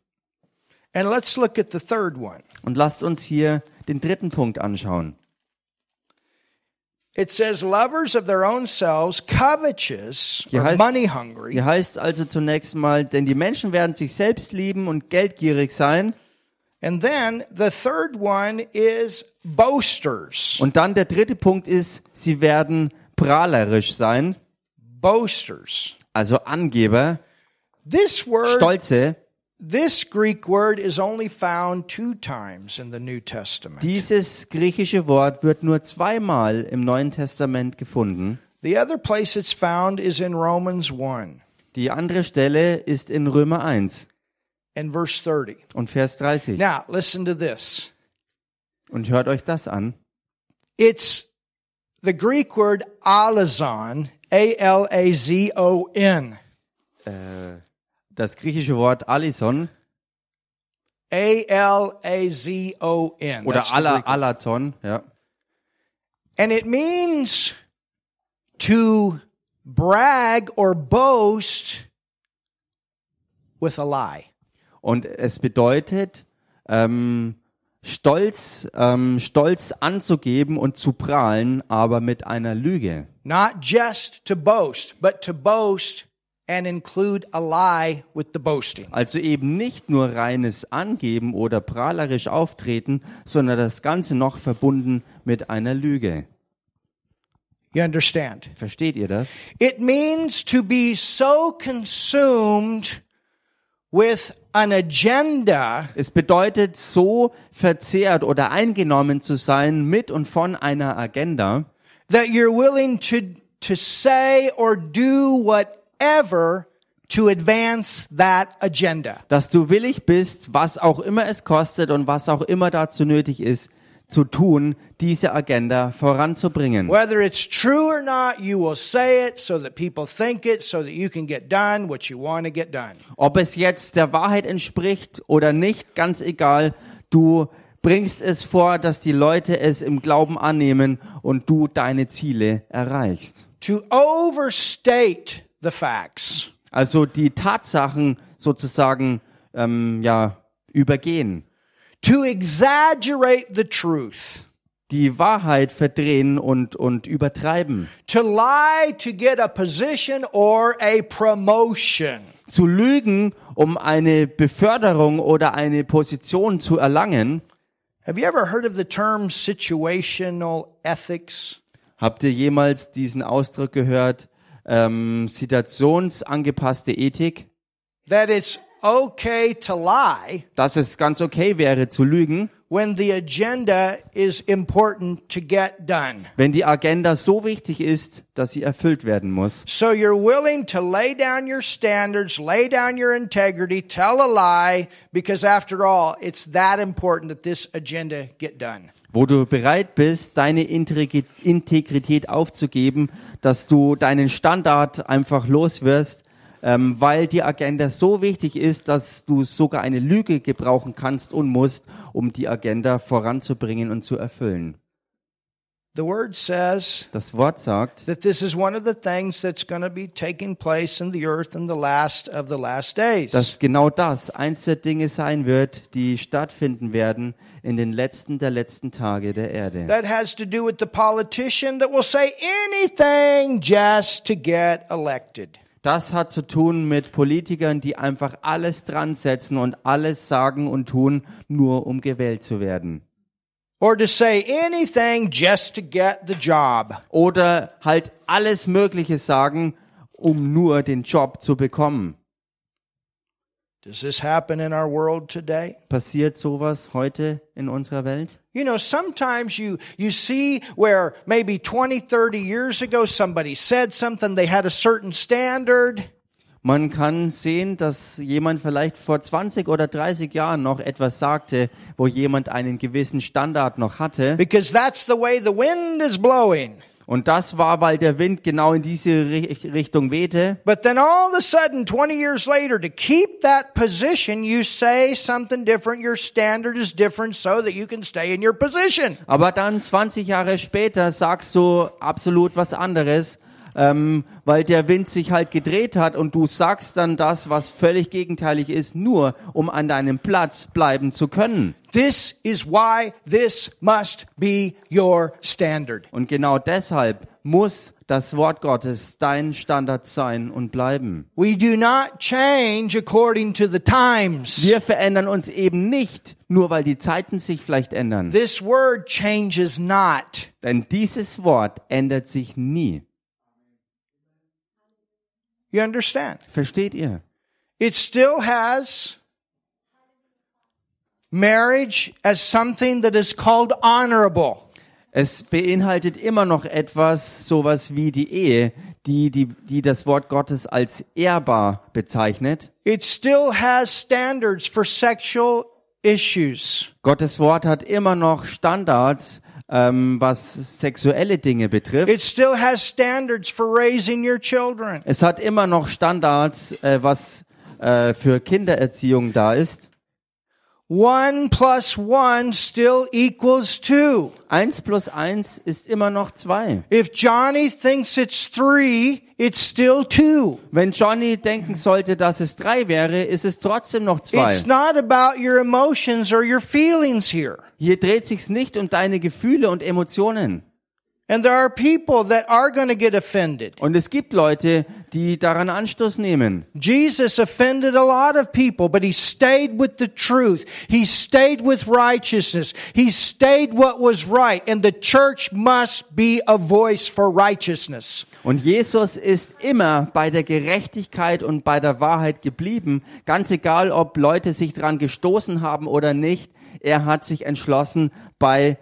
And let's look at the third one. Und lasst uns hier den 3. Punkt anschauen. It says, lovers of their own selves, covetous, Hier or heißt, money hungry. hier heißt also zunächst mal, denn die Menschen werden sich selbst lieben und geldgierig sein. And then the third one is boasters. Und dann der 3. Punkt ist, sie werden prahlerisch sein, Boasters. also Angeber, This word, Stolze. this Greek word is only found 2 times in the New Testament. Dieses griechische Wort wird nur 2-mal im Neuen Testament gefunden. The other place it's found is in Romans 1 Die andere Stelle ist in Römer 1 and verse 30. und Vers 30. Now, listen to this. Und hört euch das an. It's the Greek word alazon, A-L-A-Z-O-N. Das griechische Wort Alison A-L-A-Z-O-N. oder That's the Greek word. Alazon, ja. And it means to brag or boast with a lie. Und es bedeutet, stolz anzugeben und zu prahlen, aber mit einer Lüge. Not just to boast, but to boast and include a lie with the boasting. Also eben nicht nur reines Angeben oder prahlerisch auftreten, sondern das Ganze noch verbunden mit einer Lüge. You understand? Versteht ihr das? It means to be so consumed with an agenda Es bedeutet, so verzehrt oder eingenommen zu sein mit und von einer Agenda, that you're willing to say or do whatever to advance that agenda. dass du willig bist, was auch immer es kostet und was auch immer dazu nötig ist, zu tun, diese Agenda voranzubringen. Whether it's true or not, you will say it so that people think it, so that you can get done what you want to get done. Ob es jetzt der Wahrheit entspricht oder nicht, ganz egal, du bringst es vor, dass die Leute es im Glauben annehmen und du deine Ziele erreichst. To overstate the facts. Also die Tatsachen sozusagen übergehen, to exaggerate the truth, die Wahrheit verdrehen und übertreiben, to lie to get a position or a promotion. zu lügen, um eine Beförderung oder eine Position zu erlangen. Have you ever heard of the term situational ethics? Habt ihr jemals diesen Ausdruck gehört, situationsangepasste Ethik? That it's okay to lie Dass es ganz okay wäre zu lügen, when the agenda is important to get done. wenn die Agenda so wichtig ist, dass sie erfüllt werden muss. So you're willing to lay down your standards, lay down your integrity, tell a lie, because after all, it's that important that this agenda get done. Wo du bereit bist, deine Integrität aufzugeben, dass du deinen Standard einfach loswirst, weil die Agenda so wichtig ist, dass du sogar eine Lüge gebrauchen kannst und musst, um die Agenda voranzubringen und zu erfüllen. The word says Das Wort sagt, that this is one of the things that's going to be taking place in the earth in the last of the last days. dass genau das eins der Dinge sein wird, die stattfinden werden in den letzten der letzten Tage der Erde. That has to do with the politician that will say anything just to get elected. Das hat zu tun mit Politikern, die einfach alles dran setzen und alles sagen und tun, nur um gewählt zu werden. Or to say anything just to get the job. Oder halt alles Mögliche sagen, um nur den Job zu bekommen. Does this happen in our world today? Passiert sowas heute in unserer Welt? You know, sometimes you see where maybe 20, 30 years ago somebody said something, they had a certain standard. Man kann sehen, dass jemand vielleicht vor 20 oder 30 Jahren noch etwas sagte, wo jemand einen gewissen Standard noch hatte. Because that's the way the wind is blowing. Und das war, weil der Wind genau in diese Richtung wehte. But then all of a sudden, 20 years later, to keep that position, you say something different. Your standard is different so that you can stay in your position. Aber dann 20 Jahre später sagst du absolut was anderes, weil der Wind sich halt gedreht hat und du sagst dann das, was völlig gegenteilig ist, nur um an deinem Platz bleiben zu können. This is why this must be your standard. Und genau deshalb muss das Wort Gottes dein Standard sein und bleiben. We do not change according to the times. Wir verändern uns eben nicht, nur weil die Zeiten sich vielleicht ändern. This word changes not. Denn dieses Wort ändert sich nie. You understand? Versteht ihr? It still has marriage as something that is called honorable. Es beinhaltet immer noch etwas, sowas wie die Ehe, die das Wort Gottes als ehrbar bezeichnet. It still has standards for sexual issues. Gottes Wort hat immer noch Standards, was sexuelle Dinge betrifft. It still has standards for raising your children. Es hat immer noch Standards, was für Kindererziehung da ist. 1 plus 1 still equals 2. 1 plus 1 ist immer noch 2. If Johnny thinks it's 3, it's still 2. Wenn Johnny denken sollte, dass es 3 wäre, ist es trotzdem noch 2. It's not about your emotions or your feelings here. Hier dreht sich's nicht um deine Gefühle und Emotionen. And there are people that are going to get offended. Und es gibt Leute, die daran Anstoß nehmen. Jesus offended a lot of people, but he stayed with the truth. He stayed with righteousness. He stayed what was right. And the church must be a voice for righteousness. Und Jesus ist immer bei der Gerechtigkeit und bei der Wahrheit geblieben. Ganz egal, ob Leute sich dran gestoßen haben oder nicht. Er hat sich entschlossen, bei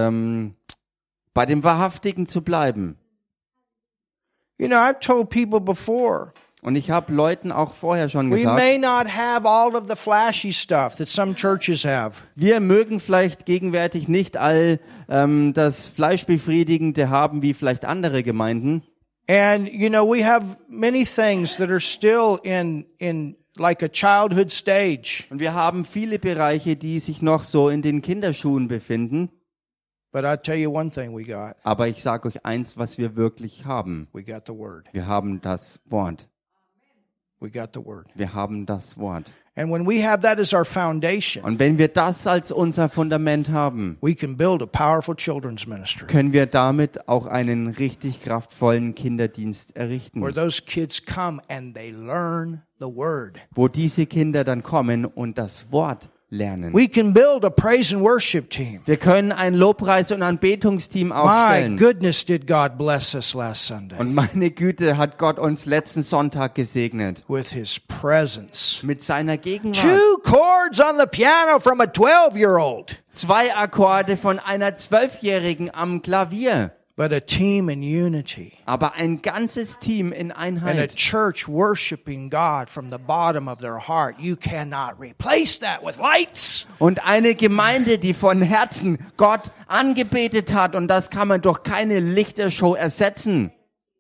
dem Wahrhaftigen zu bleiben. You know, I've told people before, Und ich habe Leuten auch vorher schon we gesagt, may not have all of the flashy stuff that some churches have. wir mögen vielleicht gegenwärtig nicht all das Fleischbefriedigende haben wie vielleicht andere Gemeinden. And, you know, we have many things that are still in like a childhood stage. Und wir haben viele Bereiche, die sich noch so in den Kinderschuhen befinden. But I'll tell you one thing we got. Aber ich sage euch eins, was wir wirklich haben. We got the Word. Wir haben das Wort. We got the Word. Wir haben das Wort. And when we have that as our foundation, Und wenn wir das als unser Fundament haben, we can build a powerful children's ministry können wir damit auch einen richtig kraftvollen Kinderdienst where errichten, those kids come and they learn the word. wo diese Kinder dann kommen und das Wort lernen. We can build a praise and worship team. Wir können ein Lobpreis- und Anbetungsteam My aufstellen. goodness, did God bless us last Sunday Und meine Güte, hat Gott uns letzten Sonntag gesegnet. with His presence. Mit seiner Gegenwart. 2 chords on the piano from a 12-year-old, 2 Akkorde von einer 12-Jährigen am Klavier. but a team in unity. Aber ein ganzes Team in And a Einheit. church worshiping God from the bottom of their heart. You cannot replace that with lights. Und eine Gemeinde, die von Herzen Gott angebetet hat. Und das kann man durch keine Lichtershow ersetzen.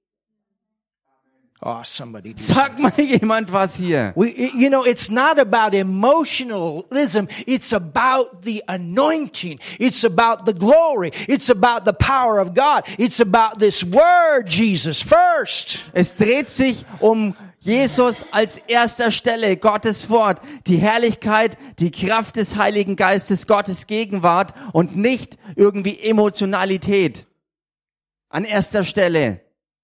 Oh, somebody do Sag mal jemand was hier. You know, it's not about emotionalism. It's about the anointing. It's about the glory. It's about the power of God. It's about this word, Jesus, first. Es dreht sich um Jesus als erster Stelle, Gottes Wort, die Herrlichkeit, die Kraft des Heiligen Geistes, Gottes Gegenwart und nicht irgendwie Emotionalität. An erster Stelle.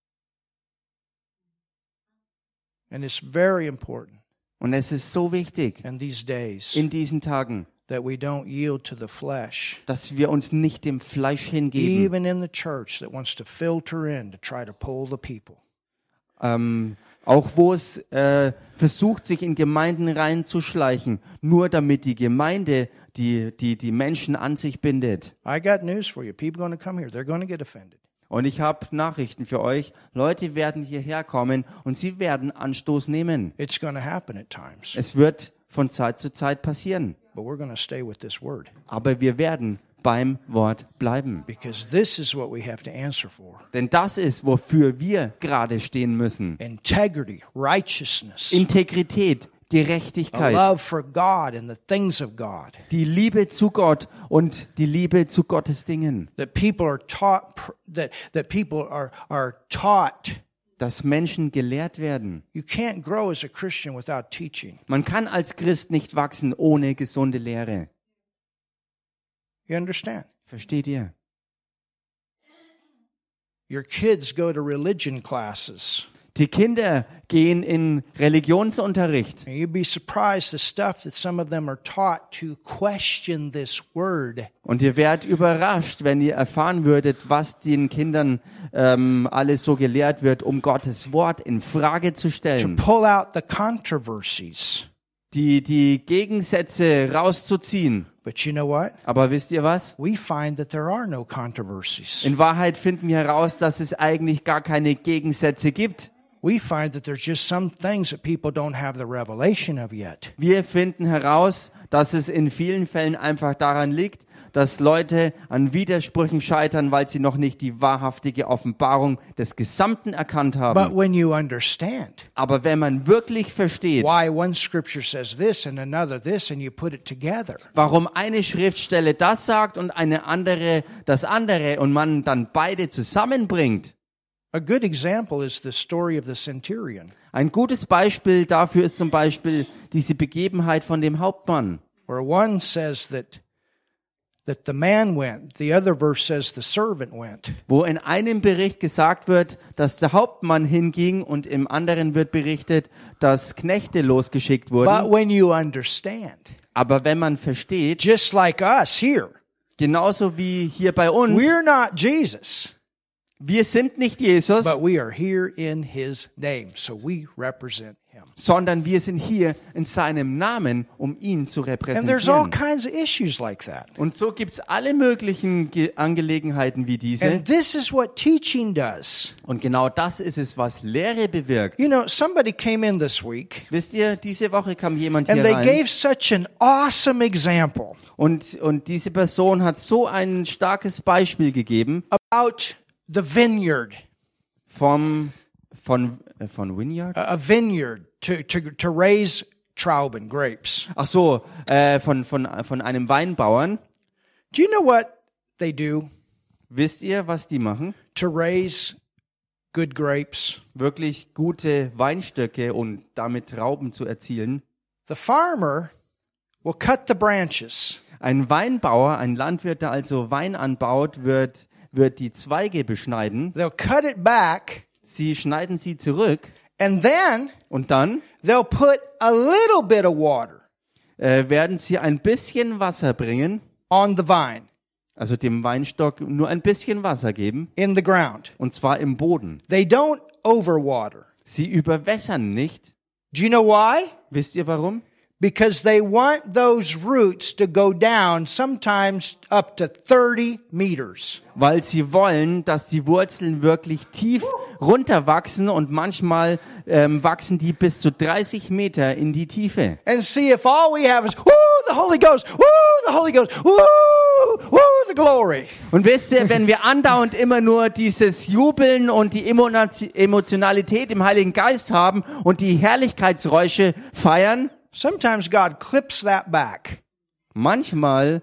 And it's very important Und es ist so wichtig in these days in diesen Tagen, that we don't yield to the flesh. dass wir uns nicht dem Fleisch hingeben. Even in the church that wants to filter in to try to pull the people. Auch wo es versucht, sich in Gemeinden reinzuschleichen, nur damit die Gemeinde die Menschen an sich bindet. I got news for you. People going to come here. They're going to get offended. Und ich habe Nachrichten für euch. Leute werden hierher kommen und sie werden Anstoß nehmen. It's going to happen at times. Es wird von Zeit zu Zeit passieren. But we're going to stay with this word. Aber wir werden beim Wort bleiben. Because this is what we have to answer for. Denn das ist, wofür wir gerade stehen müssen. Integrity, righteousness, Integrität, a Gerechtigkeit, love for God and the things of God. die Liebe zu Gott und die Liebe zu Gottes Dingen. That people are taught, that people are taught. Dass Menschen gelehrt werden. You can't grow as a Christian without teaching. Man kann als Christ nicht wachsen ohne gesunde Lehre. You understand? Versteht ihr? Your kids go to religion classes. Die Kinder gehen in Religionsunterricht. And you'd be surprised the stuff that some of them are taught to question this word. Und ihr werdet überrascht, wenn ihr erfahren würdet, was den Kindern alles so gelehrt wird, um Gottes Wort in Frage zu To stellen. pull out the controversies. Die Gegensätze rauszuziehen. But you know what? Aber wisst ihr was? We find that there are no controversies. In Wahrheit finden wir heraus, dass es eigentlich gar keine Gegensätze gibt. We find that there's just some things that people don't have the revelation of yet. Wir finden heraus, dass es in vielen Fällen einfach daran liegt, dass Leute an Widersprüchen scheitern, weil sie noch nicht die wahrhaftige Offenbarung des Gesamten erkannt But haben. when you understand Aber wenn man wirklich versteht, why one scripture says this and another this and you put it together, warum eine Schriftstelle das sagt und eine andere das andere und man dann beide zusammenbringt. a good example is the story of the centurion, Ein gutes Beispiel dafür ist zum Beispiel diese Begebenheit von dem Hauptmann, where one says that the man went, the other verse says the servant went. wo in einem Bericht gesagt wird, dass der Hauptmann hinging und im anderen wird berichtet, dass Knechte losgeschickt But wurden. when you understand, Aber wenn man versteht, just like us here, genauso wie hier bei uns, we're not Jesus, wir sind nicht Jesus, but we are here in His name, so we represent Him. sondern wir sind hier in seinem Namen, um ihn zu And there's all repräsentieren. kinds of issues like that. Und so gibt's alle möglichen Angelegenheiten wie diese. And this is what teaching does. Und genau das ist es, was Lehre bewirkt. You know, somebody came in this week Wisst ihr, diese Woche kam jemand and hier they rein gave such an awesome example und diese Person hat so ein starkes Beispiel gegeben about the vineyard, von Vineyard? a vineyard to raise Trauben, grapes. Ach so, von einem Weinbauern. Do you know what they do Wisst ihr, was die machen? to raise good grapes? Wirklich gute Weinstöcke und damit Trauben zu erzielen. The farmer will cut the branches. Ein Weinbauer, ein Landwirt, der also Wein anbaut, wird die Zweige beschneiden. They'll cut it back, Sie schneiden sie zurück and then und dann they'll put a little bit of water werden sie ein bisschen Wasser bringen, on the vine, also dem Weinstock nur ein bisschen Wasser geben, in the ground. und zwar im Boden. They don't overwater. Sie überwässern nicht. Do you know why? Wisst ihr warum? Because they want those roots to go down sometimes up to 30 meters. Weil sie wollen, dass die Wurzeln wirklich tief runterwachsen und manchmal wachsen die bis zu 30 Meter in die Tiefe. And see if all we have is, woo, the Holy Ghost, woo, the Holy Ghost, woo, woo, the glory. Und wisst ihr, wenn wir andauernd immer nur dieses Jubeln und die Emotionalität im Heiligen Geist haben und die Herrlichkeitsräusche feiern, Sometimes God clips that back. manchmal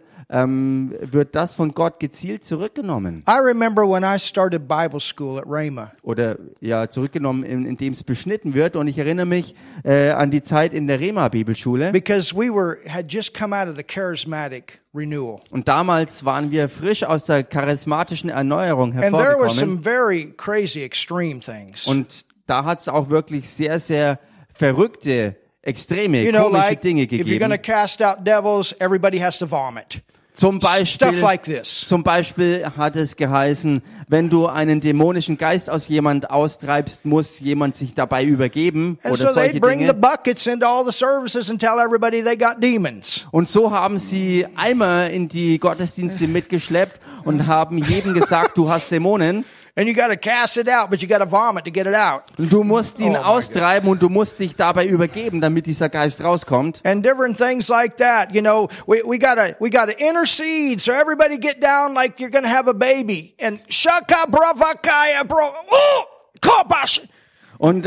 wird das von Gott gezielt zurückgenommen. I remember when I started Bible school at Rhema. Oder ja, zurückgenommen, indem es beschnitten wird. Und ich erinnere mich an die Zeit in der Rema-Bibelschule. Because we had just come out of the charismatic renewal. Und damals waren wir frisch aus der charismatischen Erneuerung And there were some hervorgekommen. very crazy, extreme things. Und da hat es auch wirklich sehr, sehr verrückte, extreme, You know, komische like, Dinge if you're going to gegeben. cast out devils, everybody has to vomit. Zum Stuff like Beispiel, this. zum Beispiel hat es geheißen, wenn du einen dämonischen Geist aus jemand austreibst, muss jemand sich dabei übergeben And oder so they solche bring the Dinge. buckets into all the services and tell everybody they got demons. Und so haben sie Eimer in die Gottesdienste mitgeschleppt und haben jedem gesagt, du hast Dämonen. And you got to cast it out, but you got to vomit to get it out. Und du musst ihn Oh my austreiben und du musst dich dabei übergeben, damit dieser Geist rauskommt. And different things like that. You know, we gotta intercede so everybody get down like you're going to have a baby. And shaka bravakaya bro. Oh, kobash. Und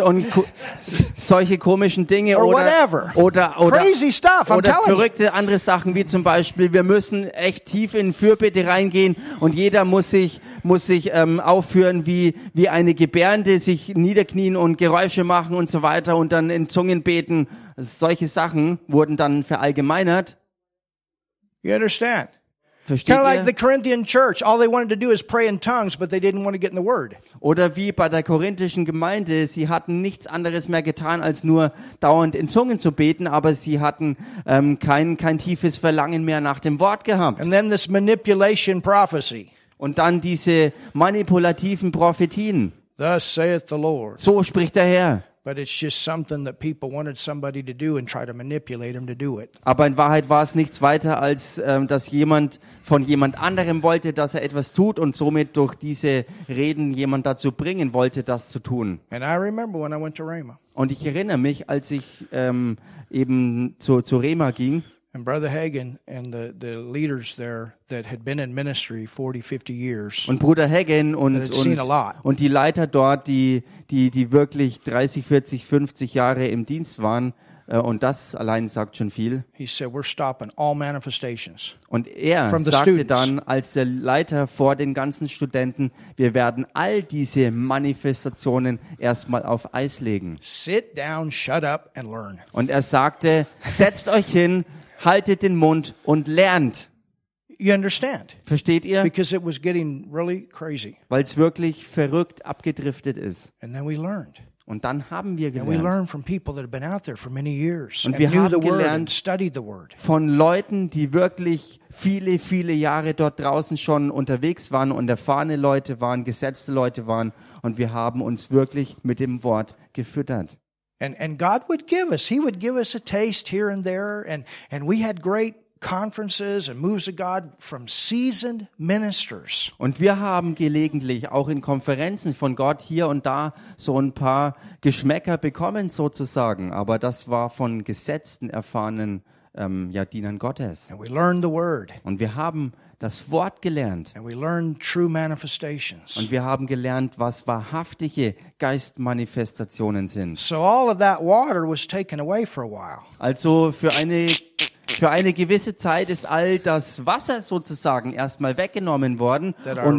solche komischen Dinge Or oder Crazy stuff, I'm oder telling you. verrückte andere Sachen, wie zum Beispiel, wir müssen echt tief in Fürbitte reingehen und jeder muss sich aufführen, wie eine Gebärende, sich niederknien und Geräusche machen und so weiter und dann in Zungen beten. Solche Sachen wurden dann verallgemeinert. You understand? Versteht Kind of like the ihr? Corinthian church. All they wanted to do is pray in tongues, but they didn't want to get in the word. Oder wie bei der korinthischen Gemeinde, sie hatten nichts anderes mehr getan, als nur dauernd in Zungen zu beten, aber sie hatten kein tiefes Verlangen mehr nach dem Wort gehabt. And then this manipulation prophecy. Und dann diese manipulativen Prophetien. Thus saith the Lord. So spricht der Herr. But it's just something that people wanted somebody to do and try to manipulate them to do it. Aber in Wahrheit war es nichts weiter, als dass jemand von jemand anderem wollte, dass er etwas tut und somit durch diese Reden jemand dazu bringen wollte, das zu tun. And I remember when I went to Rhema. Und ich erinnere mich, als ich eben zu Rema ging, And Brother Hagin and the leaders there that had been in ministry 40, 50 years. und Bruder Hagin That had seen a lot. und die Leiter dort, die wirklich 30, 40, 50 Jahre im Dienst waren, und das allein sagt schon viel. He said, we're stopping all manifestations. Und er From the sagte students. dann als der Leiter vor den ganzen Studenten, wir werden all diese Manifestationen erstmal auf Eis legen. Sit down, shut up, and learn. Und er sagte, setzt euch hin, haltet den Mund und lernt. You understand? Versteht ihr? Because it was getting really crazy. Weil es wirklich verrückt abgedriftet ist. And then we learned. Und dann haben wir And we gelernt learned from people that have been out there for many years Und and wir knew haben the word gelernt- and studied the word. von Leuten, die wirklich viele, viele Jahre dort draußen schon unterwegs waren und erfahrene Leute waren, gesetzte Leute waren. Und wir haben uns wirklich mit dem Wort gefüttert. And God would give us. He would give us a taste here and there. And we had great conferences and moves of God from seasoned ministers. Und wir haben gelegentlich auch in Konferenzen von Gott hier und da so ein paar Geschmäcker bekommen sozusagen. Aber das war von gesetzten, erfahrenen Dienern Gottes. And we learned the word. Und wir haben das Wort gelernt. And we learned true manifestations. Und wir haben gelernt, was wahrhaftige Geistmanifestationen sind. So all of that water was taken away for a while. Also für eine gewisse Zeit ist all das Wasser sozusagen erstmal weggenommen worden That our- und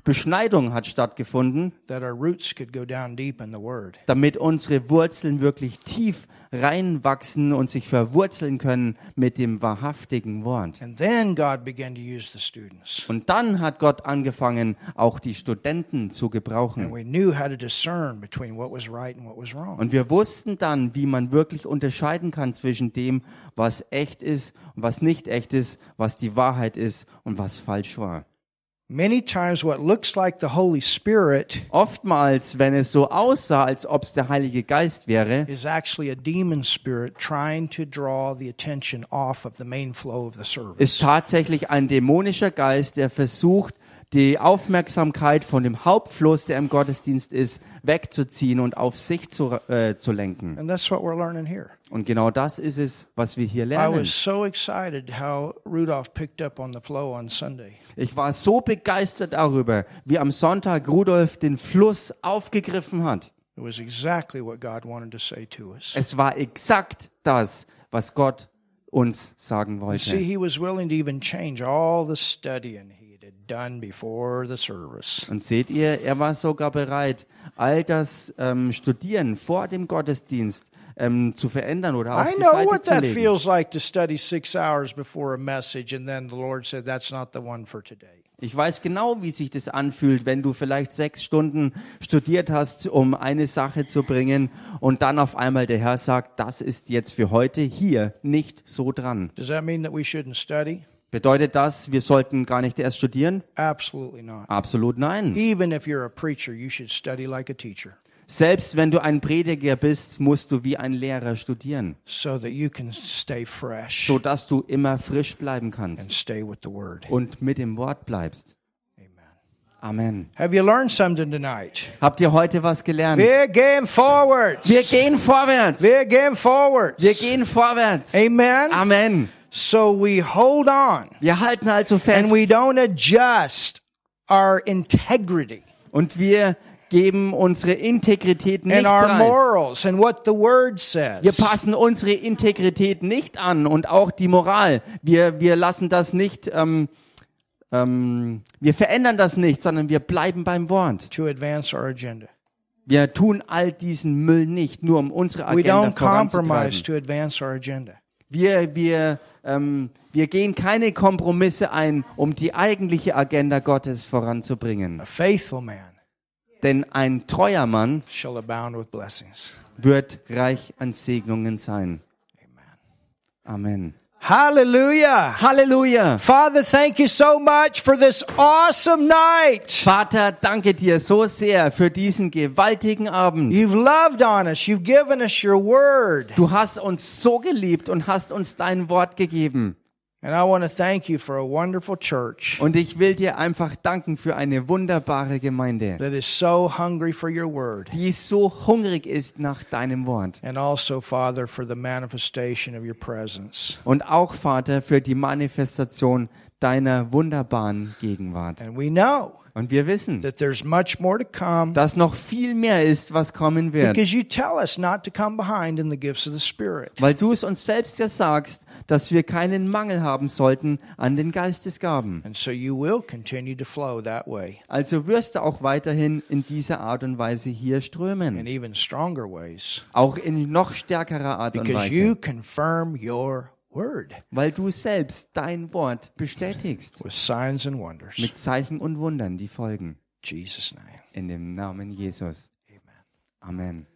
Beschneidung hat stattgefunden, that our roots could go down deep in the Word. damit unsere Wurzeln wirklich tief reinwachsen und sich verwurzeln können mit dem wahrhaftigen Wort. And then God began to use the students. Und dann hat Gott angefangen, auch die Studenten zu And gebrauchen. we knew how to discern between what was right and what was wrong. Und wir wussten dann, wie man wirklich unterscheiden kann zwischen dem, was echt ist und was nicht echt ist, was die Wahrheit ist und was falsch war. Many times what looks like the Holy Spirit Oftmals, wenn es so aussah, als ob es der Heilige Geist wäre, is actually a demon spirit trying to draw the attention off of the main flow of the ist service. tatsächlich ein dämonischer Geist, der versucht, die Aufmerksamkeit von dem Hauptfluss, der im Gottesdienst ist, wegzuziehen und auf sich zu lenken. And that's what we're learning here. Und genau das ist es, was wir hier I lernen. was so excited how Rudolph picked up on the flow on Sunday. Ich war so begeistert darüber, wie am Sonntag Rudolf den Fluss aufgegriffen hat. It was exactly what God wanted to say to us. Es war exakt das, was Gott uns sagen You see, wollte. he was willing to even change all the studying he had done before the service. Und seht ihr, er war sogar bereit, all das Studieren vor dem Gottesdienst zu verändern oder auf I die know Seite what zu that legen. feels like to study 6 hours before a message and then the Lord said, that's not the one for today. Ich weiß genau, wie sich das anfühlt, wenn du vielleicht 6 Stunden studiert hast, um eine Sache zu bringen und dann auf einmal der Herr sagt, das ist jetzt für heute hier nicht so dran. Does that mean that we shouldn't study? Bedeutet das, wir sollten gar nicht erst studieren? Absolutely not. Absolut nein. Even if you're a preacher, you should study like a teacher Selbst wenn du ein Prediger bist, musst du wie ein Lehrer studieren, so that you can stay fresh sodass du immer frisch bleiben and kannst stay with the Word. und mit dem Wort bleibst. Amen. Amen. Have you learned something tonight? Habt ihr heute was gelernt? We're going forwards. Wir gehen vorwärts. We're going forwards. Wir gehen vorwärts. Amen. Amen. So we hold on Wir halten also fest and we don't adjust our integrity und wir geben unsere Integrität nicht and our preis. morals and what the Word Wir says. passen unsere Integrität nicht an und auch die Moral. Wir lassen das nicht, wir verändern das nicht, sondern wir bleiben beim Wort. To advance our agenda. Wir tun all diesen Müll nicht, nur um unsere We Agenda don't compromise voranzutreiben. to advance our agenda. Wir gehen keine Kompromisse ein, um die eigentliche Agenda Gottes voranzubringen. A faithful man Denn ein treuer Mann shall abound with blessings. wird reich an Segnungen sein. Amen. Hallelujah. Halleluja! Father, thank you so much for this awesome night. Vater, danke dir so sehr für diesen gewaltigen Abend. You've loved on us. You've given us your word. Du hast uns so geliebt und hast uns dein Wort gegeben. And I want to thank you for a wonderful church Und ich will dir einfach danken für eine wunderbare Gemeinde, that is so hungry for your word. die so hungrig ist nach deinem Wort. And also, Father, for the manifestation of your presence. Und auch, Vater, für die Manifestation deiner wunderbaren Gegenwart. And we know Und wir wissen, that there's much more to come dass noch viel mehr ist, was kommen wird. because you tell us not to come behind in the gifts of the Spirit. Weil du es uns selbst ja sagst, dass wir keinen Mangel haben sollten an den Geistesgaben. And so you will continue to flow that way Also wirst du auch weiterhin in dieser Art und Weise hier in strömen. even stronger ways Auch in noch stärkerer Art und because you Weise. confirm your word Weil du selbst dein Wort bestätigst. with signs and wonders. Mit Zeichen und Wundern, die folgen. In Jesus' name. In dem Namen Jesus. Amen. Amen.